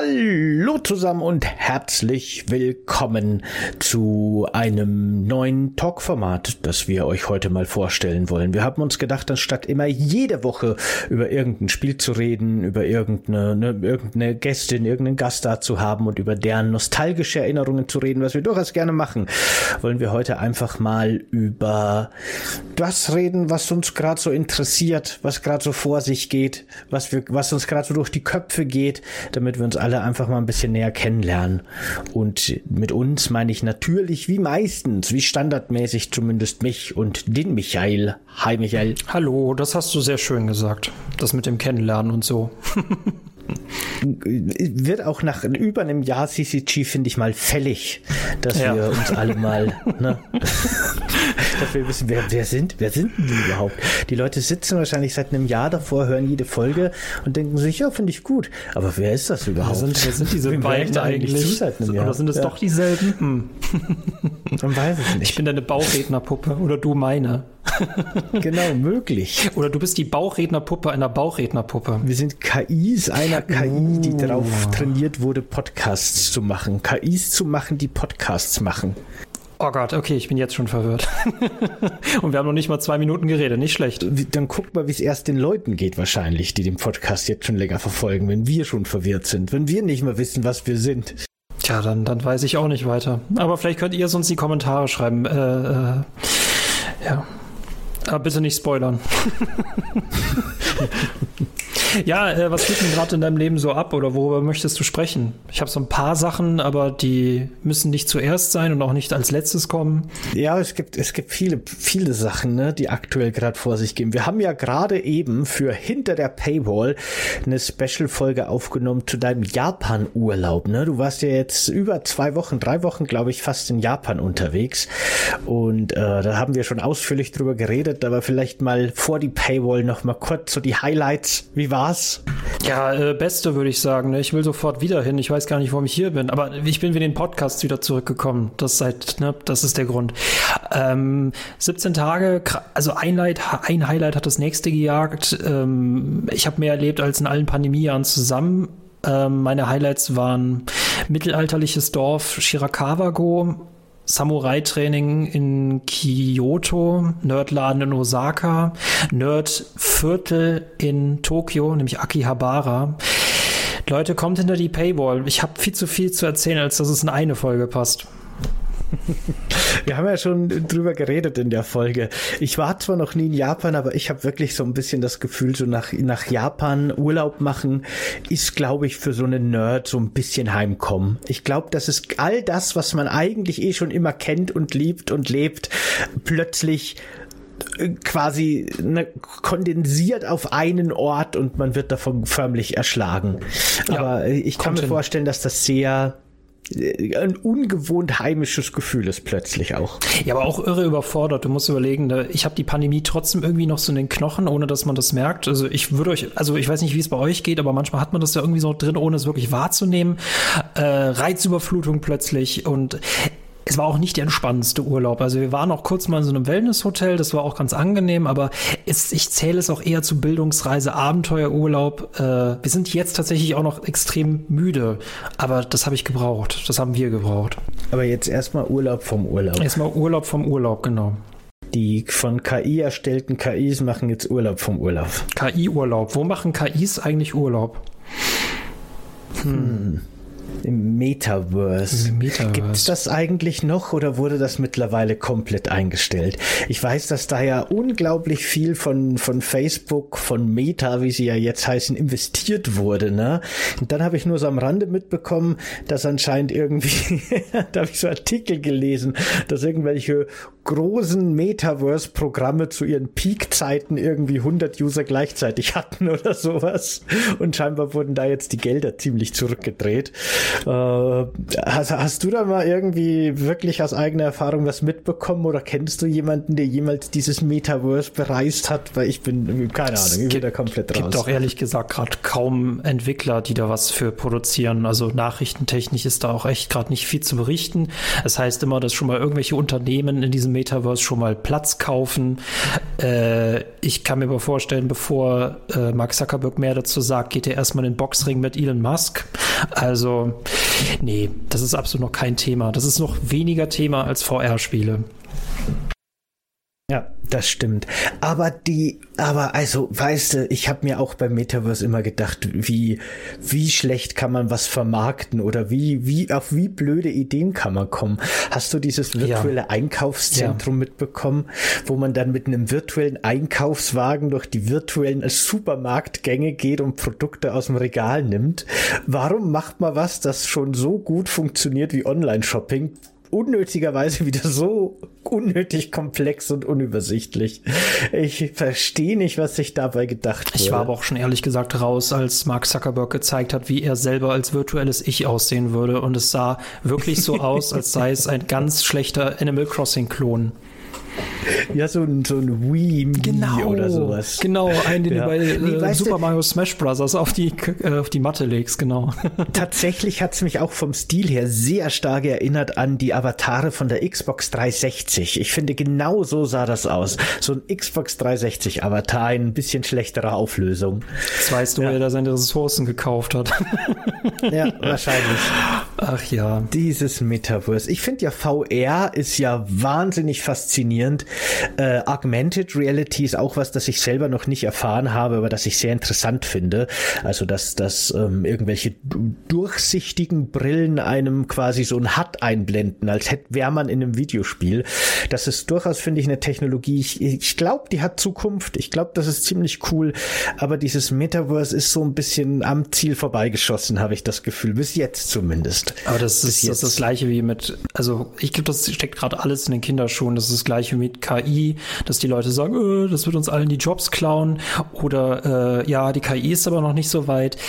Hallo zusammen und herzlich willkommen zu einem neuen Talk-Format, das wir euch heute mal vorstellen wollen. Wir haben uns gedacht, anstatt immer jede Woche über irgendein Spiel zu reden, über irgendeine Gästin, irgendeinen Gast da zu haben und über deren nostalgische Erinnerungen zu reden, was wir durchaus gerne machen, wollen wir heute einfach mal über das reden, was uns gerade so interessiert, was gerade so vor sich geht, was uns gerade so durch die Köpfe geht, damit wir uns alle einfach mal ein bisschen näher kennenlernen. Und mit uns meine ich natürlich wie meistens, wie standardmäßig zumindest mich und den Michael. Hi Michael. Hallo, das hast du sehr schön gesagt. Das mit dem Kennenlernen und so. Wird auch nach über einem Jahr CCG, finde ich, mal fällig, dass wir uns alle mal, dass wir wissen, wer sind die überhaupt? Die Leute sitzen wahrscheinlich seit einem Jahr davor, hören jede Folge und denken sich, ja, finde ich gut. Aber wer ist das überhaupt? Wer sind diese beiden eigentlich? Oder sind es doch dieselben? Man weiß es nicht. Ich bin deine Bauchrednerpuppe oder du meine. Genau, möglich. Oder du bist die Bauchrednerpuppe einer Bauchrednerpuppe. Wir sind KIs einer KI, die darauf trainiert wurde, Podcasts zu machen. KIs zu machen, die Podcasts machen. Oh Gott, okay, ich bin jetzt schon verwirrt. Und wir haben noch nicht mal 2 Minuten geredet, nicht schlecht. Dann guck mal, wie es erst den Leuten geht wahrscheinlich, die den Podcast jetzt schon länger verfolgen, wenn wir schon verwirrt sind, wenn wir nicht mehr wissen, was wir sind. Tja, dann weiß ich auch nicht weiter. Aber vielleicht könnt ihr es uns in die Kommentare schreiben. Ja. Aber bitte nicht spoilern. Ja, was geht denn gerade in deinem Leben so ab oder worüber möchtest du sprechen? Ich habe so ein paar Sachen, aber die müssen nicht zuerst sein und auch nicht als letztes kommen. Ja, es gibt viele Sachen, ne, die aktuell gerade vor sich gehen. Wir haben ja gerade eben für Hinter der Paywall eine Special-Folge aufgenommen zu deinem Japan-Urlaub. Ne? Du warst ja jetzt über 3 Wochen, glaube ich, fast in Japan unterwegs. Und da haben wir schon ausführlich drüber geredet, aber vielleicht mal vor die Paywall noch mal kurz so die Highlights. Wie war's? Ja, beste würde ich sagen. Ne? Ich will sofort wieder hin. Ich weiß gar nicht, warum ich hier bin. Aber ich bin wegen den Podcasts wieder zurückgekommen. Das ist der Grund. 17 Tage, also ein Highlight hat das nächste gejagt. Ich habe mehr erlebt als in allen Pandemiejahren zusammen. Meine Highlights waren mittelalterliches Dorf Shirakawa-go, Samurai-Training in Kyoto, Nerdladen in Osaka, Nerdviertel in Tokio, nämlich Akihabara. Leute, kommt hinter die Paywall. Ich habe viel zu viel zu erzählen, als dass es in eine Folge passt. Wir haben ja schon drüber geredet in der Folge. Ich war zwar noch nie in Japan, aber ich habe wirklich so ein bisschen das Gefühl, so nach Japan Urlaub machen ist, glaube ich, für so einen Nerd so ein bisschen Heimkommen. Ich glaube, das ist all das, was man eigentlich schon immer kennt und liebt und lebt, plötzlich quasi kondensiert auf einen Ort und man wird davon förmlich erschlagen. Ja, aber ich kann mir vorstellen, dass das sehr ein ungewohnt heimisches Gefühl ist plötzlich auch. Ja, aber auch irre überfordert. Du musst überlegen, ich habe die Pandemie trotzdem irgendwie noch so in den Knochen, ohne dass man das merkt. Also ich weiß nicht, wie es bei euch geht, aber manchmal hat man das ja irgendwie so drin, ohne es wirklich wahrzunehmen. Reizüberflutung plötzlich und es war auch nicht der entspannendste Urlaub. Also wir waren auch kurz mal in so einem Wellnesshotel, das war auch ganz angenehm, aber ich zähle es auch eher zu Bildungsreise, Abenteuerurlaub. Wir sind jetzt tatsächlich auch noch extrem müde, aber das habe ich gebraucht, das haben wir gebraucht. Aber jetzt erstmal Urlaub vom Urlaub. Erstmal Urlaub vom Urlaub, genau. Die von KI erstellten KIs machen jetzt Urlaub vom Urlaub. KI-Urlaub. Wo machen KIs eigentlich Urlaub? Im Metaverse. Gibt es das eigentlich noch oder wurde das mittlerweile komplett eingestellt? Ich weiß, dass da ja unglaublich viel von Facebook, von Meta, wie sie ja jetzt heißen, investiert wurde, ne? Und dann habe ich nur so am Rande mitbekommen, dass anscheinend irgendwie, da habe ich so Artikel gelesen, dass irgendwelche großen Metaverse-Programme zu ihren Peak-Zeiten irgendwie 100 User gleichzeitig hatten oder sowas. Und scheinbar wurden da jetzt die Gelder ziemlich zurückgedreht. Hast du da mal irgendwie wirklich aus eigener Erfahrung was mitbekommen oder kennst du jemanden, der jemals dieses Metaverse bereist hat? Weil ich bin, keine Ahnung, ich bin da komplett raus. Es gibt auch ehrlich gesagt gerade kaum Entwickler, die da was für produzieren. Also nachrichtentechnisch ist da auch echt gerade nicht viel zu berichten. Das heißt immer, dass schon mal irgendwelche Unternehmen in diesem Metaverse schon mal Platz kaufen. Ich kann mir aber vorstellen, bevor Mark Zuckerberg mehr dazu sagt, geht er erstmal in den Boxring mit Elon Musk. Also, nee, das ist absolut noch kein Thema. Das ist noch weniger Thema als VR-Spiele. Ja, das stimmt. Aber also, weißt du, ich habe mir auch beim Metaverse immer gedacht, wie schlecht kann man was vermarkten oder auf wie blöde Ideen kann man kommen. Hast du dieses virtuelle Einkaufszentrum mitbekommen, wo man dann mit einem virtuellen Einkaufswagen durch die virtuellen Supermarktgänge geht und Produkte aus dem Regal nimmt? Warum macht man was, das schon so gut funktioniert wie Online-Shopping? Unnötigerweise wieder so unnötig komplex und unübersichtlich. Ich verstehe nicht, was sich dabei gedacht wurde. Ich war aber auch schon ehrlich gesagt raus, als Mark Zuckerberg gezeigt hat, wie er selber als virtuelles Ich aussehen würde. Und es sah wirklich so aus, als sei es ein ganz schlechter Animal Crossing-Klon. Ja, so ein Wii oder sowas. Genau, einen, den du bei Super Mario Smash Bros. Auf die Matte legst, genau. Tatsächlich hat es mich auch vom Stil her sehr stark erinnert an die Avatare von der Xbox 360. Ich finde, genau so sah das aus. So ein Xbox 360 Avatar in ein bisschen schlechterer Auflösung. Jetzt weißt du, wer da seine Ressourcen gekauft hat. Ja, wahrscheinlich. Ach ja. Dieses Metaverse. Ich finde ja, VR ist ja wahnsinnig faszinierend. Augmented Reality ist auch was, das ich selber noch nicht erfahren habe, aber das ich sehr interessant finde. Also, dass irgendwelche durchsichtigen Brillen einem quasi so ein HUD einblenden, als wäre man in einem Videospiel. Das ist durchaus, finde ich, eine Technologie. Ich glaube, die hat Zukunft. Ich glaube, das ist ziemlich cool. Aber dieses Metaverse ist so ein bisschen am Ziel vorbeigeschossen, habe ich das Gefühl. Bis jetzt zumindest. Aber das ist das Gleiche wie mit, also ich glaube, das steckt gerade alles in den Kinderschuhen. Das ist das Gleiche mit KI, dass die Leute sagen, das wird uns allen die Jobs klauen oder die KI ist aber noch nicht so weit.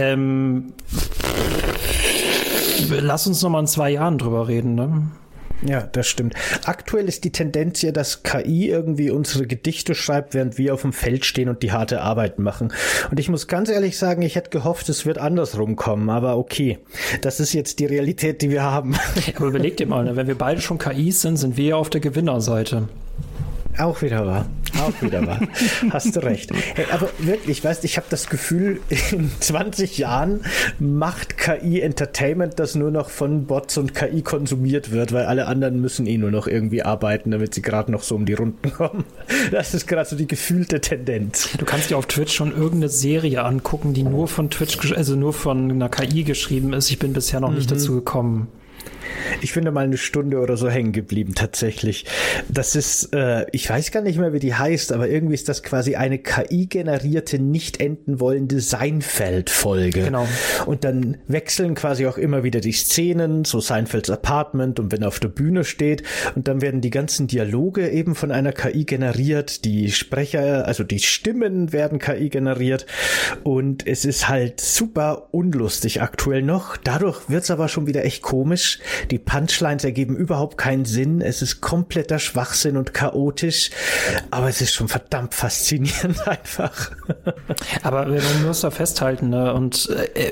Lass uns noch mal in 2 Jahren drüber reden, ne? Ja, das stimmt. Aktuell ist die Tendenz ja, dass KI irgendwie unsere Gedichte schreibt, während wir auf dem Feld stehen und die harte Arbeit machen. Und ich muss ganz ehrlich sagen, ich hätte gehofft, es wird andersrum kommen. Aber okay, das ist jetzt die Realität, die wir haben. Aber überleg dir mal, ne, wenn wir beide schon KIs sind wir ja auf der Gewinnerseite. Auch wieder wahr. Hast du recht. Hey, aber wirklich, weißt, ich habe das Gefühl, in 20 Jahren macht KI Entertainment, das nur noch von Bots und KI konsumiert wird, weil alle anderen müssen nur noch irgendwie arbeiten, damit sie gerade noch so um die Runden kommen. Das ist gerade so die gefühlte Tendenz. Du kannst dir auf Twitch schon irgendeine Serie angucken, die nur von nur von einer KI geschrieben ist. Ich bin bisher noch nicht dazu gekommen. Ich finde mal eine Stunde oder so hängen geblieben, tatsächlich. Das ist, ich weiß gar nicht mehr, wie die heißt, aber irgendwie ist das quasi eine KI-generierte, nicht enden wollende Seinfeld-Folge. Genau. Und dann wechseln quasi auch immer wieder die Szenen, so Seinfelds Apartment und wenn er auf der Bühne steht und dann werden die ganzen Dialoge eben von einer KI generiert, die Sprecher, also die Stimmen werden KI generiert und es ist halt super unlustig aktuell noch. Dadurch wird's aber schon wieder echt komisch. Die Punchlines ergeben überhaupt keinen Sinn. Es ist kompletter Schwachsinn und chaotisch. Aber es ist schon verdammt faszinierend einfach. Aber man muss da festhalten, ne? Und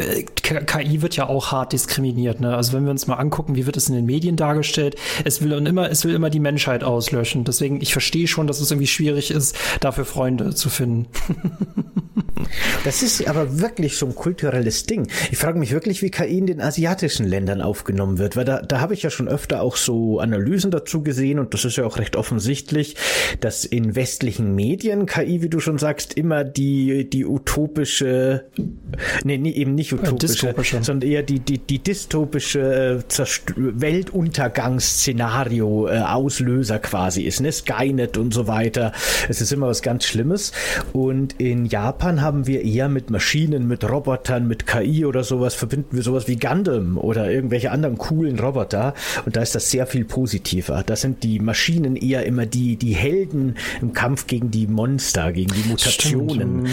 KI wird ja auch hart diskriminiert, ne? Also wenn wir uns mal angucken, wie wird es in den Medien dargestellt, es will immer die Menschheit auslöschen. Deswegen, ich verstehe schon, dass es irgendwie schwierig ist, dafür Freunde zu finden. Das ist aber wirklich so ein kulturelles Ding. Ich frage mich wirklich, wie KI in den asiatischen Ländern aufgenommen wird, weil da habe ich ja schon öfter auch so Analysen dazu gesehen und das ist ja auch recht offensichtlich, dass in westlichen Medien KI, wie du schon sagst, immer die utopische, eben nicht utopische, sondern eher die dystopische Weltuntergangsszenario Auslöser quasi ist, ne? Skynet und so weiter. Es ist immer was ganz Schlimmes und in Japan haben wir eher mit Maschinen, mit Robotern, mit KI oder sowas, verbinden wir sowas wie Gundam oder irgendwelche anderen coolen Roboter und da ist das sehr viel positiver. Da sind die Maschinen eher immer die Helden im Kampf gegen die Monster, gegen die Mutationen.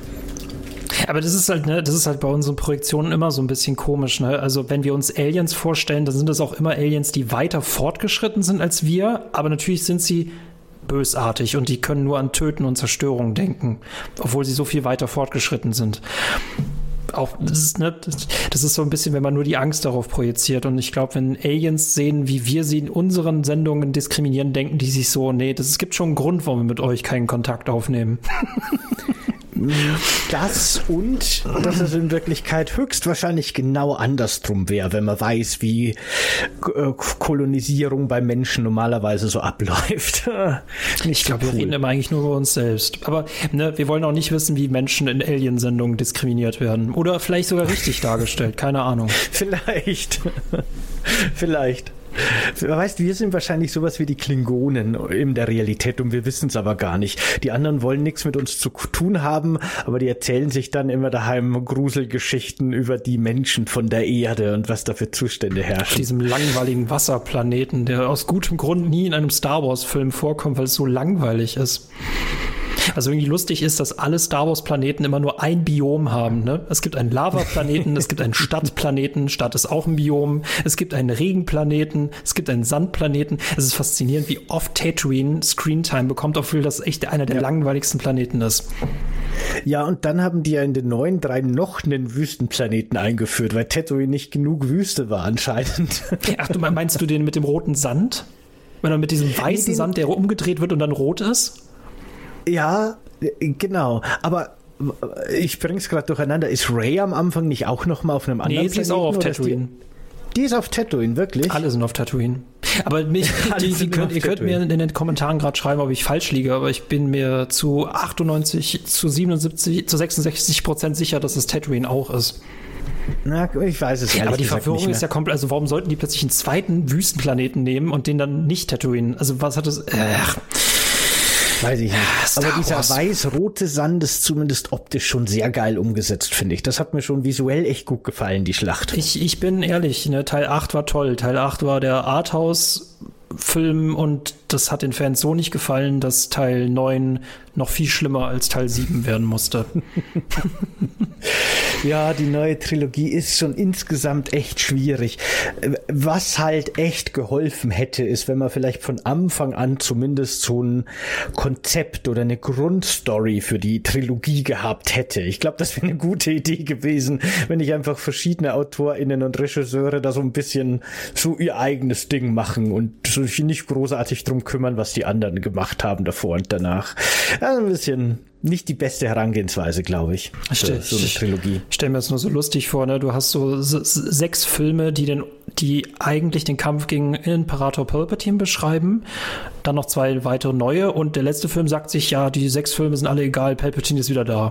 Aber das ist halt bei unseren Projektionen immer so ein bisschen komisch, ne? Also wenn wir uns Aliens vorstellen, dann sind das auch immer Aliens, die weiter fortgeschritten sind als wir, aber natürlich sind sie bösartig und die können nur an Töten und Zerstörung denken, obwohl sie so viel weiter fortgeschritten sind. auch, das ist so ein bisschen, wenn man nur die Angst darauf projiziert. Und ich glaube, wenn Aliens sehen, wie wir sie in unseren Sendungen diskriminieren, denken die sich so, nee, es gibt schon einen Grund, warum wir mit euch keinen Kontakt aufnehmen. Das und dass es in Wirklichkeit höchstwahrscheinlich genau andersrum wäre, wenn man weiß, wie Kolonisierung bei Menschen normalerweise so abläuft. Ich glaube, wir reden immer eigentlich nur über uns selbst. Aber wir wollen auch nicht wissen, wie Menschen in Alien-Sendungen diskriminiert werden. Oder vielleicht sogar richtig dargestellt, keine Ahnung. Vielleicht. Weißt, wir sind wahrscheinlich sowas wie die Klingonen in der Realität und wir wissen es aber gar nicht. Die anderen wollen nichts mit uns zu tun haben, aber die erzählen sich dann immer daheim Gruselgeschichten über die Menschen von der Erde und was da für Zustände herrschen. Auf diesem langweiligen Wasserplaneten, der aus gutem Grund nie in einem Star-Wars-Film vorkommt, weil es so langweilig ist. Also irgendwie lustig ist, dass alle Star Wars Planeten immer nur ein Biom haben. Ne? Es gibt einen Lavaplaneten, es gibt einen Stadtplaneten, Stadt ist auch ein Biom, es gibt einen Regenplaneten, es gibt einen Sandplaneten. Es ist faszinierend, wie oft Tatooine Screentime bekommt, obwohl das echt einer der langweiligsten Planeten ist. Ja, und dann haben die ja in den neuen 3 noch einen Wüstenplaneten eingeführt, weil Tatooine nicht genug Wüste war anscheinend. Ach, meinst du den mit dem roten Sand? Wenn er mit diesem weißen Sand, der umgedreht wird und dann rot ist? Ja, genau. Aber ich bring's gerade durcheinander. Ist Rey am Anfang nicht auch noch mal auf einem anderen Planeten? Nee, sie ist auch auf Tatooine. Die ist auf Tatooine, wirklich? Alle sind auf Tatooine. Aber ihr könnt mir in den Kommentaren gerade schreiben, ob ich falsch liege, aber ich bin mir zu 98, zu 77, zu 66% sicher, dass es Tatooine auch ist. Na, ich weiß es ehrlich. Aber die Verwirrung ist ja komplett, also warum sollten die plötzlich einen zweiten Wüstenplaneten nehmen und den dann nicht Tatooine? Also was hat das... Weiß ich nicht. Aber dieser weiß-rote Sand ist zumindest optisch schon sehr geil umgesetzt, finde ich. Das hat mir schon visuell echt gut gefallen, die Schlacht. Ich bin ehrlich, Teil 8 war toll. Teil 8 war der Arthouse-Film und das hat den Fans so nicht gefallen, dass Teil 9 noch viel schlimmer als Teil 7 werden musste. Ja, die neue Trilogie ist schon insgesamt echt schwierig. Was halt echt geholfen hätte, ist, wenn man vielleicht von Anfang an zumindest so ein Konzept oder eine Grundstory für die Trilogie gehabt hätte. Ich glaube, das wäre eine gute Idee gewesen, wenn nicht einfach verschiedene AutorInnen und Regisseure da so ein bisschen so ihr eigenes Ding machen und sich nicht großartig drum kümmern, was die anderen gemacht haben davor und danach. Also ein bisschen nicht die beste Herangehensweise, glaube ich, für so eine Trilogie. Ich stelle mir das nur so lustig vor, ne? Du hast so 6 Filme, die eigentlich den Kampf gegen Imperator Palpatine beschreiben, dann noch 2 weitere neue und der letzte Film sagt sich, ja, die 6 Filme sind alle egal, Palpatine ist wieder da.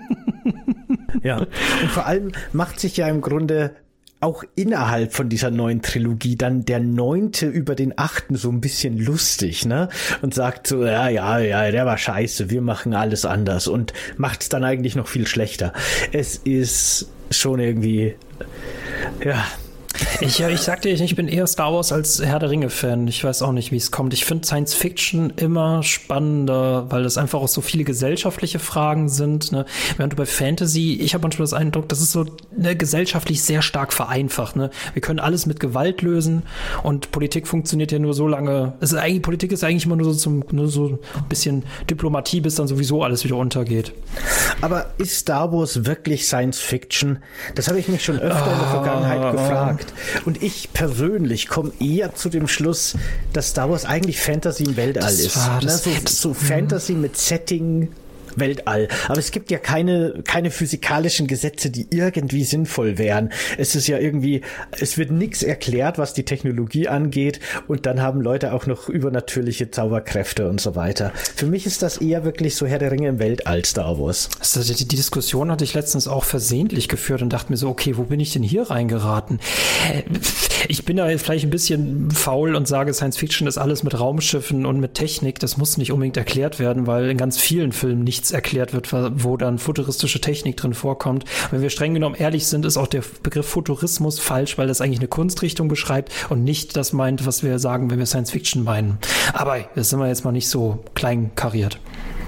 Ja, und vor allem macht sich ja im Grunde auch innerhalb von dieser neuen Trilogie dann der 9. über den 8. so ein bisschen lustig, ne? Und sagt so, ja, der war scheiße, wir machen alles anders und macht es dann eigentlich noch viel schlechter. Es ist schon irgendwie, ja. Ich sag dir, ich bin eher Star Wars als Herr der Ringe-Fan. Ich weiß auch nicht, wie es kommt. Ich finde Science Fiction immer spannender, weil das einfach auch so viele gesellschaftliche Fragen sind. Ne? Während du bei Fantasy, ich habe manchmal das Eindruck, das ist so gesellschaftlich sehr stark vereinfacht. Ne? Wir können alles mit Gewalt lösen und Politik funktioniert ja nur so lange. Politik ist eigentlich immer nur so ein bisschen Diplomatie, bis dann sowieso alles wieder untergeht. Aber ist Star Wars wirklich Science Fiction? Das habe ich mich schon öfter in der Vergangenheit gefragt. Und ich persönlich komme eher zu dem Schluss, dass Star Wars eigentlich Fantasy im Weltall ist. So Fantasy mit Setting, Weltall. Aber es gibt ja keine physikalischen Gesetze, die irgendwie sinnvoll wären. Es ist ja irgendwie, es wird nichts erklärt, was die Technologie angeht und dann haben Leute auch noch übernatürliche Zauberkräfte und so weiter. Für mich ist das eher wirklich so Herr der Ringe im Weltall, Star Wars. Also die Diskussion hatte ich letztens auch versehentlich geführt und dachte mir so, okay, wo bin ich denn hier reingeraten? Ich bin da jetzt vielleicht ein bisschen faul und sage, Science Fiction ist alles mit Raumschiffen und mit Technik. Das muss nicht unbedingt erklärt werden, weil in ganz vielen Filmen nichts erklärt wird, wo dann futuristische Technik drin vorkommt. Wenn wir streng genommen ehrlich sind, ist auch der Begriff Futurismus falsch, weil das eigentlich eine Kunstrichtung beschreibt und nicht das meint, was wir sagen, wenn wir Science Fiction meinen. Aber das sind wir jetzt mal nicht so klein kariert.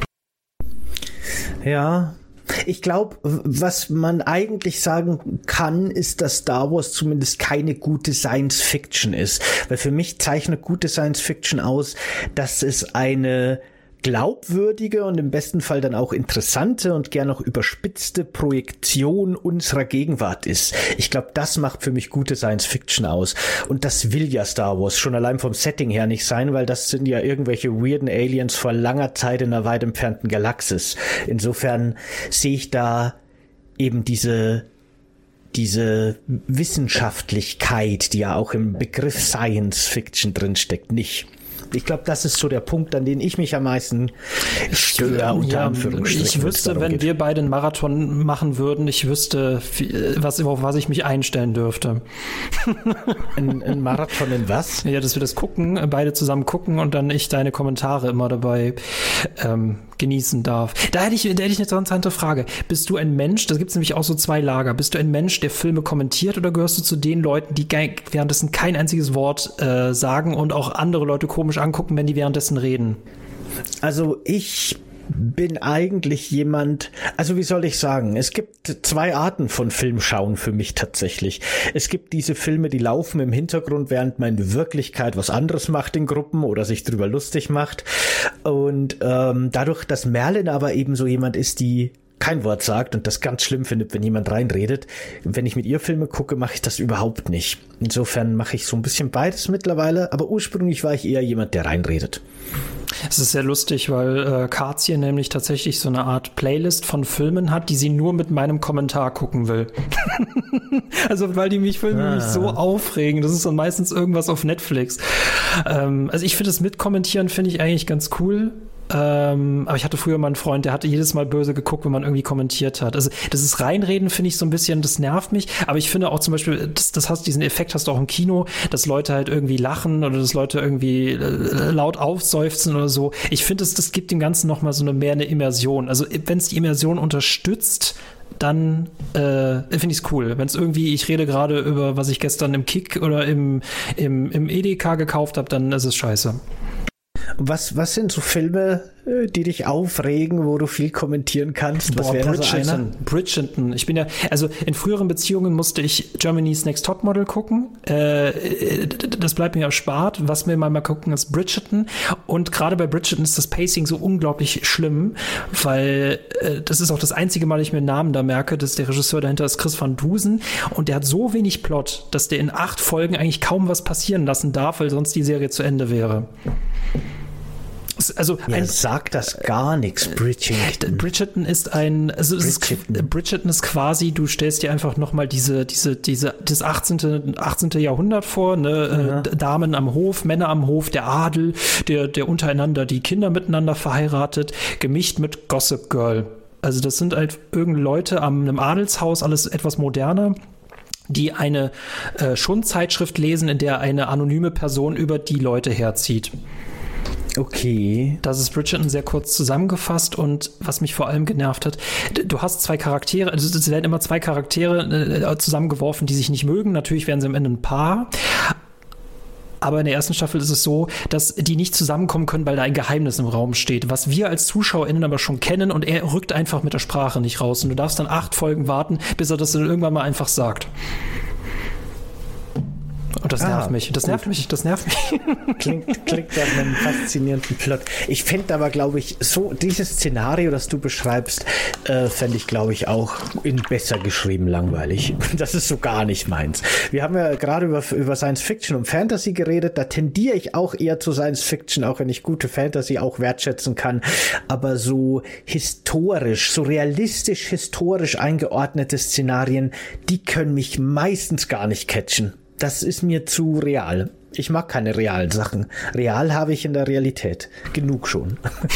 Ja, ich glaube, was man eigentlich sagen kann, ist, dass Star Wars zumindest keine gute Science Fiction ist. Weil für mich zeichnet gute Science Fiction aus, dass es eine glaubwürdige und im besten Fall dann auch interessante und gern auch überspitzte Projektion unserer Gegenwart ist. Ich glaube, das macht für mich gute Science-Fiction aus. Und das will ja Star Wars schon allein vom Setting her nicht sein, weil das sind ja irgendwelche weirden Aliens vor langer Zeit in einer weit entfernten Galaxis. Insofern sehe ich da eben diese Wissenschaftlichkeit, die ja auch im Begriff Science Fiction drinsteckt, nicht. Ich glaube, das ist so der Punkt, an den ich mich am meisten störe, unter Anführungsstrichen. Ich wüsste, wenn wir beide einen Marathon machen würden, ich wüsste, auf was ich mich einstellen dürfte. Ein Marathon in was? Ja, dass wir das gucken, beide zusammen gucken und dann ich deine Kommentare immer dabei genießen darf. Da hätte ich eine interessante Frage. Bist du ein Mensch, da gibt es nämlich auch so zwei Lager, bist du ein Mensch, der Filme kommentiert oder gehörst du zu den Leuten, die währenddessen kein einziges Wort sagen und auch andere Leute komisch angucken, wenn die währenddessen reden? Also ich bin eigentlich jemand, also wie soll ich sagen, es gibt zwei Arten von Filmschauen für mich tatsächlich. Es gibt diese Filme, die laufen im Hintergrund, während man in Wirklichkeit was anderes macht in Gruppen oder sich drüber lustig macht. Und dadurch, dass Merlin aber eben so jemand ist, die kein Wort sagt und das ganz schlimm findet, wenn jemand reinredet. Wenn ich mit ihr Filme gucke, mache ich das überhaupt nicht. Insofern mache ich so ein bisschen beides mittlerweile, aber ursprünglich war ich eher jemand, der reinredet. Es ist sehr lustig, weil Katja nämlich tatsächlich so eine Art Playlist von Filmen hat, die sie nur mit meinem Kommentar gucken will. Also weil die Filme mich so aufregen. Das ist dann meistens irgendwas auf Netflix. Also ich finde das Mitkommentieren finde ich eigentlich ganz cool. Aber ich hatte früher mal einen Freund, der hatte jedes Mal böse geguckt, wenn man irgendwie kommentiert hat. Also das ist Reinreden, finde ich so ein bisschen, das nervt mich. Aber ich finde auch zum Beispiel, diesen Effekt hast du auch im Kino, dass Leute halt irgendwie lachen oder dass Leute irgendwie laut aufseufzen oder so. Ich finde, das gibt dem Ganzen nochmal so eine Immersion. Also wenn es die Immersion unterstützt, dann finde ich es cool. Wenn es irgendwie, ich rede gerade über, was ich gestern im Kick oder im Edeka gekauft habe, dann ist es scheiße. Was sind so Filme, die dich aufregen, wo du viel kommentieren kannst? Was wäre so einer? Bridgerton. Ich bin ja, also in früheren Beziehungen musste ich Germany's Next Topmodel gucken. Das bleibt mir erspart. Was wir mal gucken, ist Bridgerton. Und gerade bei Bridgerton ist das Pacing so unglaublich schlimm, weil das ist auch das einzige Mal, ich mir einen Namen da merke, dass der Regisseur dahinter ist Chris van Dusen. Und der hat so wenig Plot, dass der in 8 Folgen eigentlich kaum was passieren lassen darf, weil sonst die Serie zu Ende wäre. Also sagt das gar nichts. Bridgerton ist Bridgerton ist quasi, du stellst dir einfach nochmal das 18. Jahrhundert vor, ne? Damen am Hof, Männer am Hof, der Adel, der untereinander die Kinder miteinander verheiratet, gemischt mit Gossip Girl. Also das sind halt irgendeine Leute am einem Adelshaus, alles etwas moderner, die eine Schundzeitschrift lesen, in der eine anonyme Person über die Leute herzieht. Okay. Das ist Bridgerton sehr kurz zusammengefasst und was mich vor allem genervt hat, du hast zwei Charaktere, also es werden immer zwei Charaktere zusammengeworfen, die sich nicht mögen. Natürlich werden sie am Ende ein Paar. Aber in der ersten Staffel ist es so, dass die nicht zusammenkommen können, weil da ein Geheimnis im Raum steht, was wir als ZuschauerInnen aber schon kennen und er rückt einfach mit der Sprache nicht raus. Und du darfst dann 8 Folgen warten, bis er das dann irgendwann mal einfach sagt. Und das nervt mich. Das nervt mich. Klingt nach einem faszinierenden Plot. Ich fände aber, glaube ich, so dieses Szenario, das du beschreibst, fände ich, glaube ich, auch in besser geschrieben langweilig. Das ist so gar nicht meins. Wir haben ja gerade über Science Fiction und Fantasy geredet. Da tendiere ich auch eher zu Science Fiction, auch wenn ich gute Fantasy auch wertschätzen kann. Aber so historisch, so realistisch historisch eingeordnete Szenarien, die können mich meistens gar nicht catchen. Das ist mir zu real. Ich mag keine realen Sachen. Real habe ich in der Realität. Genug schon.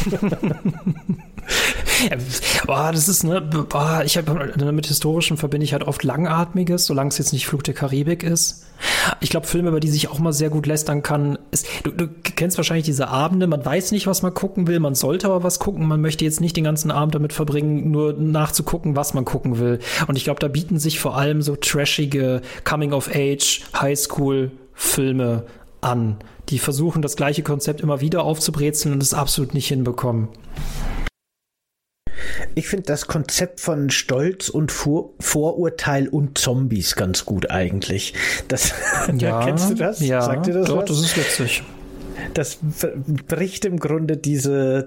Das ist, ich habe mit Historischen verbinde ich halt oft Langatmiges, solange es jetzt nicht Flug der Karibik ist. Ich glaube, Filme, über die sich auch mal sehr gut lästern kann, du kennst wahrscheinlich diese Abende, man weiß nicht, was man gucken will, man sollte aber was gucken, man möchte jetzt nicht den ganzen Abend damit verbringen, nur nachzugucken, was man gucken will. Und ich glaube, da bieten sich vor allem so trashige Coming-of-Age, Highschool-Filme an, die versuchen, das gleiche Konzept immer wieder aufzubrezeln und es absolut nicht hinbekommen. Ich finde das Konzept von Stolz und Vorurteil und Zombies ganz gut eigentlich. Kennst du das? Ja, sagt dir das doch, was? Das ist witzig. das bricht im Grunde dieses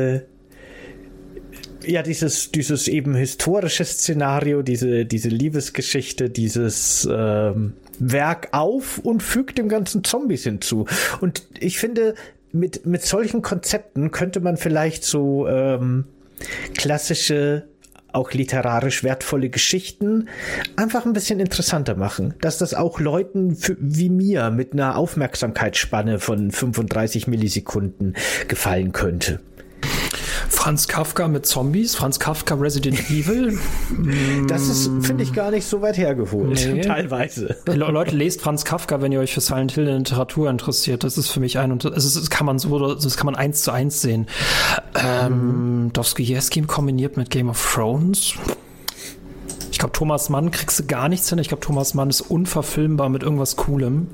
eben historische Szenario, diese Liebesgeschichte, dieses Werk auf und fügt dem ganzen Zombies hinzu. Und ich finde, mit solchen Konzepten könnte man vielleicht so klassische, auch literarisch wertvolle Geschichten einfach ein bisschen interessanter machen, dass das auch Leuten wie mir mit einer Aufmerksamkeitsspanne von 35 Millisekunden gefallen könnte. Franz Kafka mit Zombies, Franz Kafka Resident Evil. Das ist, finde ich, gar nicht so weit hergeholt, teilweise. Leute, lest Franz Kafka, wenn ihr euch für Silent Hill Literatur interessiert. Das ist für mich das kann man 1:1 sehen. Dostoevsky kombiniert mit Game of Thrones. Ich glaube, Thomas Mann kriegst du gar nichts hin. Ich glaube, Thomas Mann ist unverfilmbar mit irgendwas Coolem.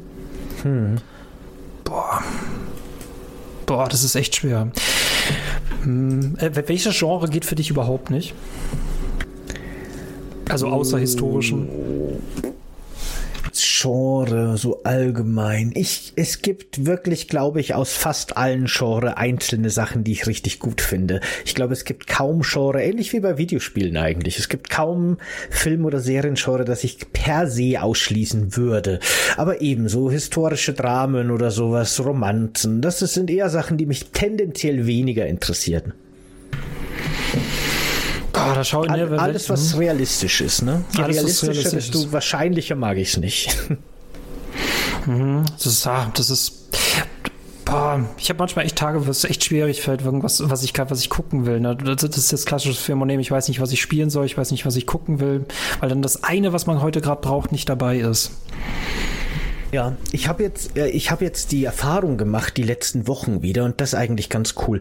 Boah, das ist echt schwer. Welches Genre geht für dich überhaupt nicht? Also außer historischen. Genre, so allgemein. Es gibt wirklich, glaube ich, aus fast allen Genres einzelne Sachen, die ich richtig gut finde. Ich glaube, es gibt kaum Genre, ähnlich wie bei Videospielen eigentlich. Es gibt kaum Film- oder Seriengenre, das ich per se ausschließen würde. Aber ebenso historische Dramen oder sowas, Romanzen, sind eher Sachen, die mich tendenziell weniger interessieren. Da schau ich alles, was realistisch ist, ne? Je realistischer bist du, wahrscheinlicher mag ich es nicht. Ich habe manchmal echt Tage, wo es echt schwierig fällt, irgendwas, was ich gucken will. Ne? Das ist das klassische Phänomen. Ich weiß nicht, was ich spielen soll, ich weiß nicht, was ich gucken will, weil dann das eine, was man heute gerade braucht, nicht dabei ist. Ja, ich habe jetzt die Erfahrung gemacht, die letzten Wochen wieder, und das ist eigentlich ganz cool.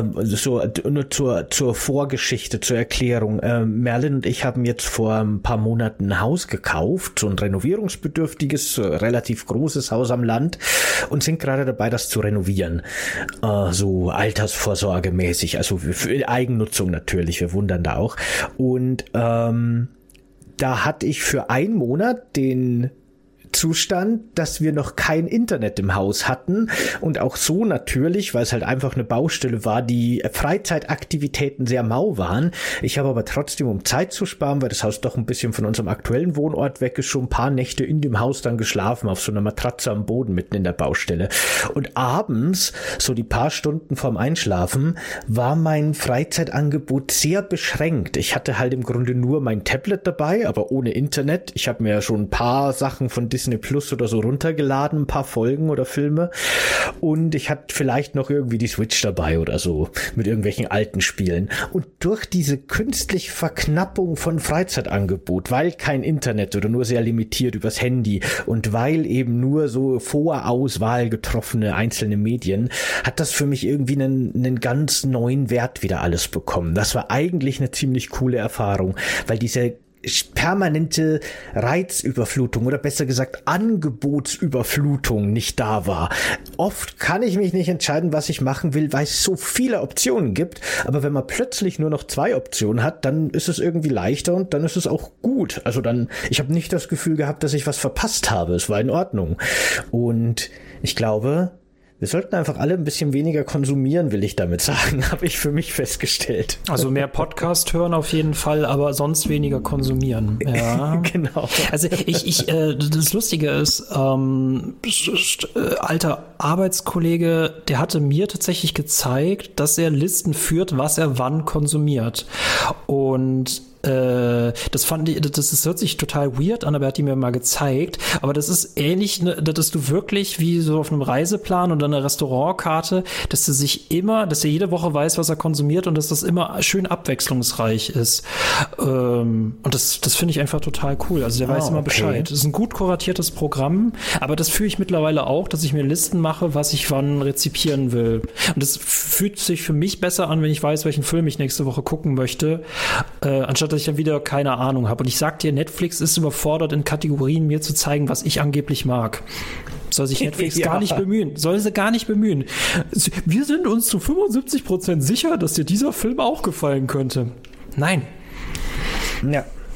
Nur zur Vorgeschichte, zur Erklärung. Merlin und ich haben jetzt vor ein paar Monaten ein Haus gekauft, so ein renovierungsbedürftiges, relativ großes Haus am Land, und sind gerade dabei, das zu renovieren. So altersvorsorgemäßig, also für Eigennutzung natürlich, wir wundern da auch. Und da hatte ich für einen Monat den Zustand, dass wir noch kein Internet im Haus hatten und auch so natürlich, weil es halt einfach eine Baustelle war, die Freizeitaktivitäten sehr mau waren. Ich habe aber trotzdem, um Zeit zu sparen, weil das Haus doch ein bisschen von unserem aktuellen Wohnort weg ist, schon ein paar Nächte in dem Haus dann geschlafen, auf so einer Matratze am Boden mitten in der Baustelle. Und abends, so die paar Stunden vorm Einschlafen, war mein Freizeitangebot sehr beschränkt. Ich hatte halt im Grunde nur mein Tablet dabei, aber ohne Internet. Ich habe mir ja schon ein paar Sachen von Disney Plus oder so runtergeladen, ein paar Folgen oder Filme, und ich hatte vielleicht noch irgendwie die Switch dabei oder so mit irgendwelchen alten Spielen. Und durch diese künstliche Verknappung von Freizeitangebot, weil kein Internet oder nur sehr limitiert übers Handy und weil eben nur so Vorauswahl getroffene einzelne Medien, hat das für mich irgendwie einen ganz neuen Wert wieder alles bekommen. Das war eigentlich eine ziemlich coole Erfahrung, weil diese permanente Reizüberflutung oder besser gesagt Angebotsüberflutung nicht da war. Oft kann ich mich nicht entscheiden, was ich machen will, weil es so viele Optionen gibt, aber wenn man plötzlich nur noch 2 Optionen hat, dann ist es irgendwie leichter und dann ist es auch gut. Also ich habe nicht das Gefühl gehabt, dass ich was verpasst habe. Es war in Ordnung. Und ich glaube, wir sollten einfach alle ein bisschen weniger konsumieren, will ich damit sagen, habe ich für mich festgestellt. Also mehr Podcast hören auf jeden Fall, aber sonst weniger konsumieren. Ja. Genau. Also das Lustige ist, alter Arbeitskollege, der hatte mir tatsächlich gezeigt, dass er Listen führt, was er wann konsumiert. Und das hört sich total weird an, aber er hat die mir mal gezeigt. Aber das ist ähnlich, dass du wirklich wie so auf einem Reiseplan oder einer Restaurantkarte, dass er jede Woche weiß, was er konsumiert, und dass das immer schön abwechslungsreich ist. Und das finde ich einfach total cool. Also der weiß immer Bescheid. Das ist ein gut kuratiertes Programm, aber das fühle ich mittlerweile auch, dass ich mir Listen mache, was ich wann rezipieren will. Und das fühlt sich für mich besser an, wenn ich weiß, welchen Film ich nächste Woche gucken möchte, anstatt dass ich dann wieder keine Ahnung habe. Und ich sag dir, Netflix ist überfordert, in Kategorien mir zu zeigen, was ich angeblich mag. Soll sich Netflix gar nicht bemühen. Soll sie gar nicht bemühen. Wir sind uns zu 75% sicher, dass dir dieser Film auch gefallen könnte. Nein. Ja.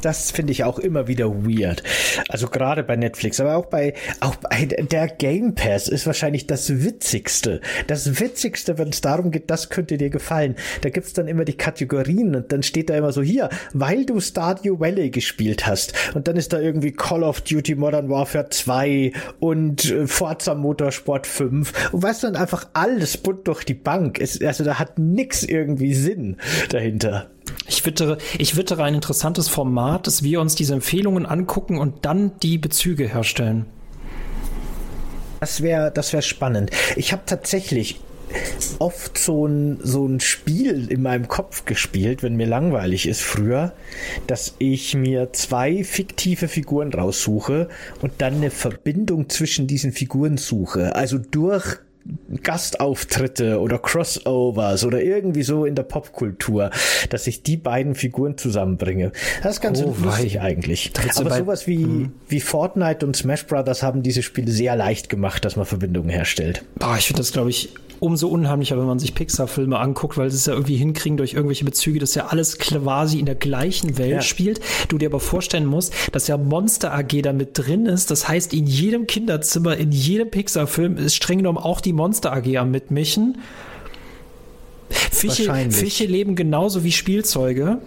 das finde ich auch immer wieder weird. Also gerade bei Netflix, aber auch bei der Game Pass ist wahrscheinlich das Witzigste. Das Witzigste, wenn es darum geht, das könnte dir gefallen. Da gibt's dann immer die Kategorien und dann steht da immer so, hier, weil du Stardew Valley gespielt hast. Und dann ist da irgendwie Call of Duty Modern Warfare 2 und Forza Motorsport 5. Und weißt du, dann einfach alles bunt durch die Bank. Also da hat nix irgendwie Sinn dahinter. Ich wittere ein interessantes Format, dass wir uns diese Empfehlungen angucken und dann die Bezüge herstellen. Das wär spannend. Ich habe tatsächlich oft so ein Spiel in meinem Kopf gespielt, wenn mir langweilig ist früher, dass ich mir 2 fiktive Figuren raussuche und dann eine Verbindung zwischen diesen Figuren suche. Also durch Gastauftritte oder Crossovers oder irgendwie so in der Popkultur, dass ich die beiden Figuren zusammenbringe. Das ist ganz lustig eigentlich. Aber sowas wie Fortnite und Smash Brothers haben diese Spiele sehr leicht gemacht, dass man Verbindungen herstellt. Ich finde das, glaube ich, umso unheimlicher, wenn man sich Pixar-Filme anguckt, weil sie es ja irgendwie hinkriegen durch irgendwelche Bezüge, dass ja alles quasi in der gleichen Welt spielt. Du dir aber vorstellen musst, dass ja Monster AG da mit drin ist. Das heißt, in jedem Kinderzimmer, in jedem Pixar-Film ist streng genommen auch die Monster AG am Mitmischen. Fische leben genauso wie Spielzeuge.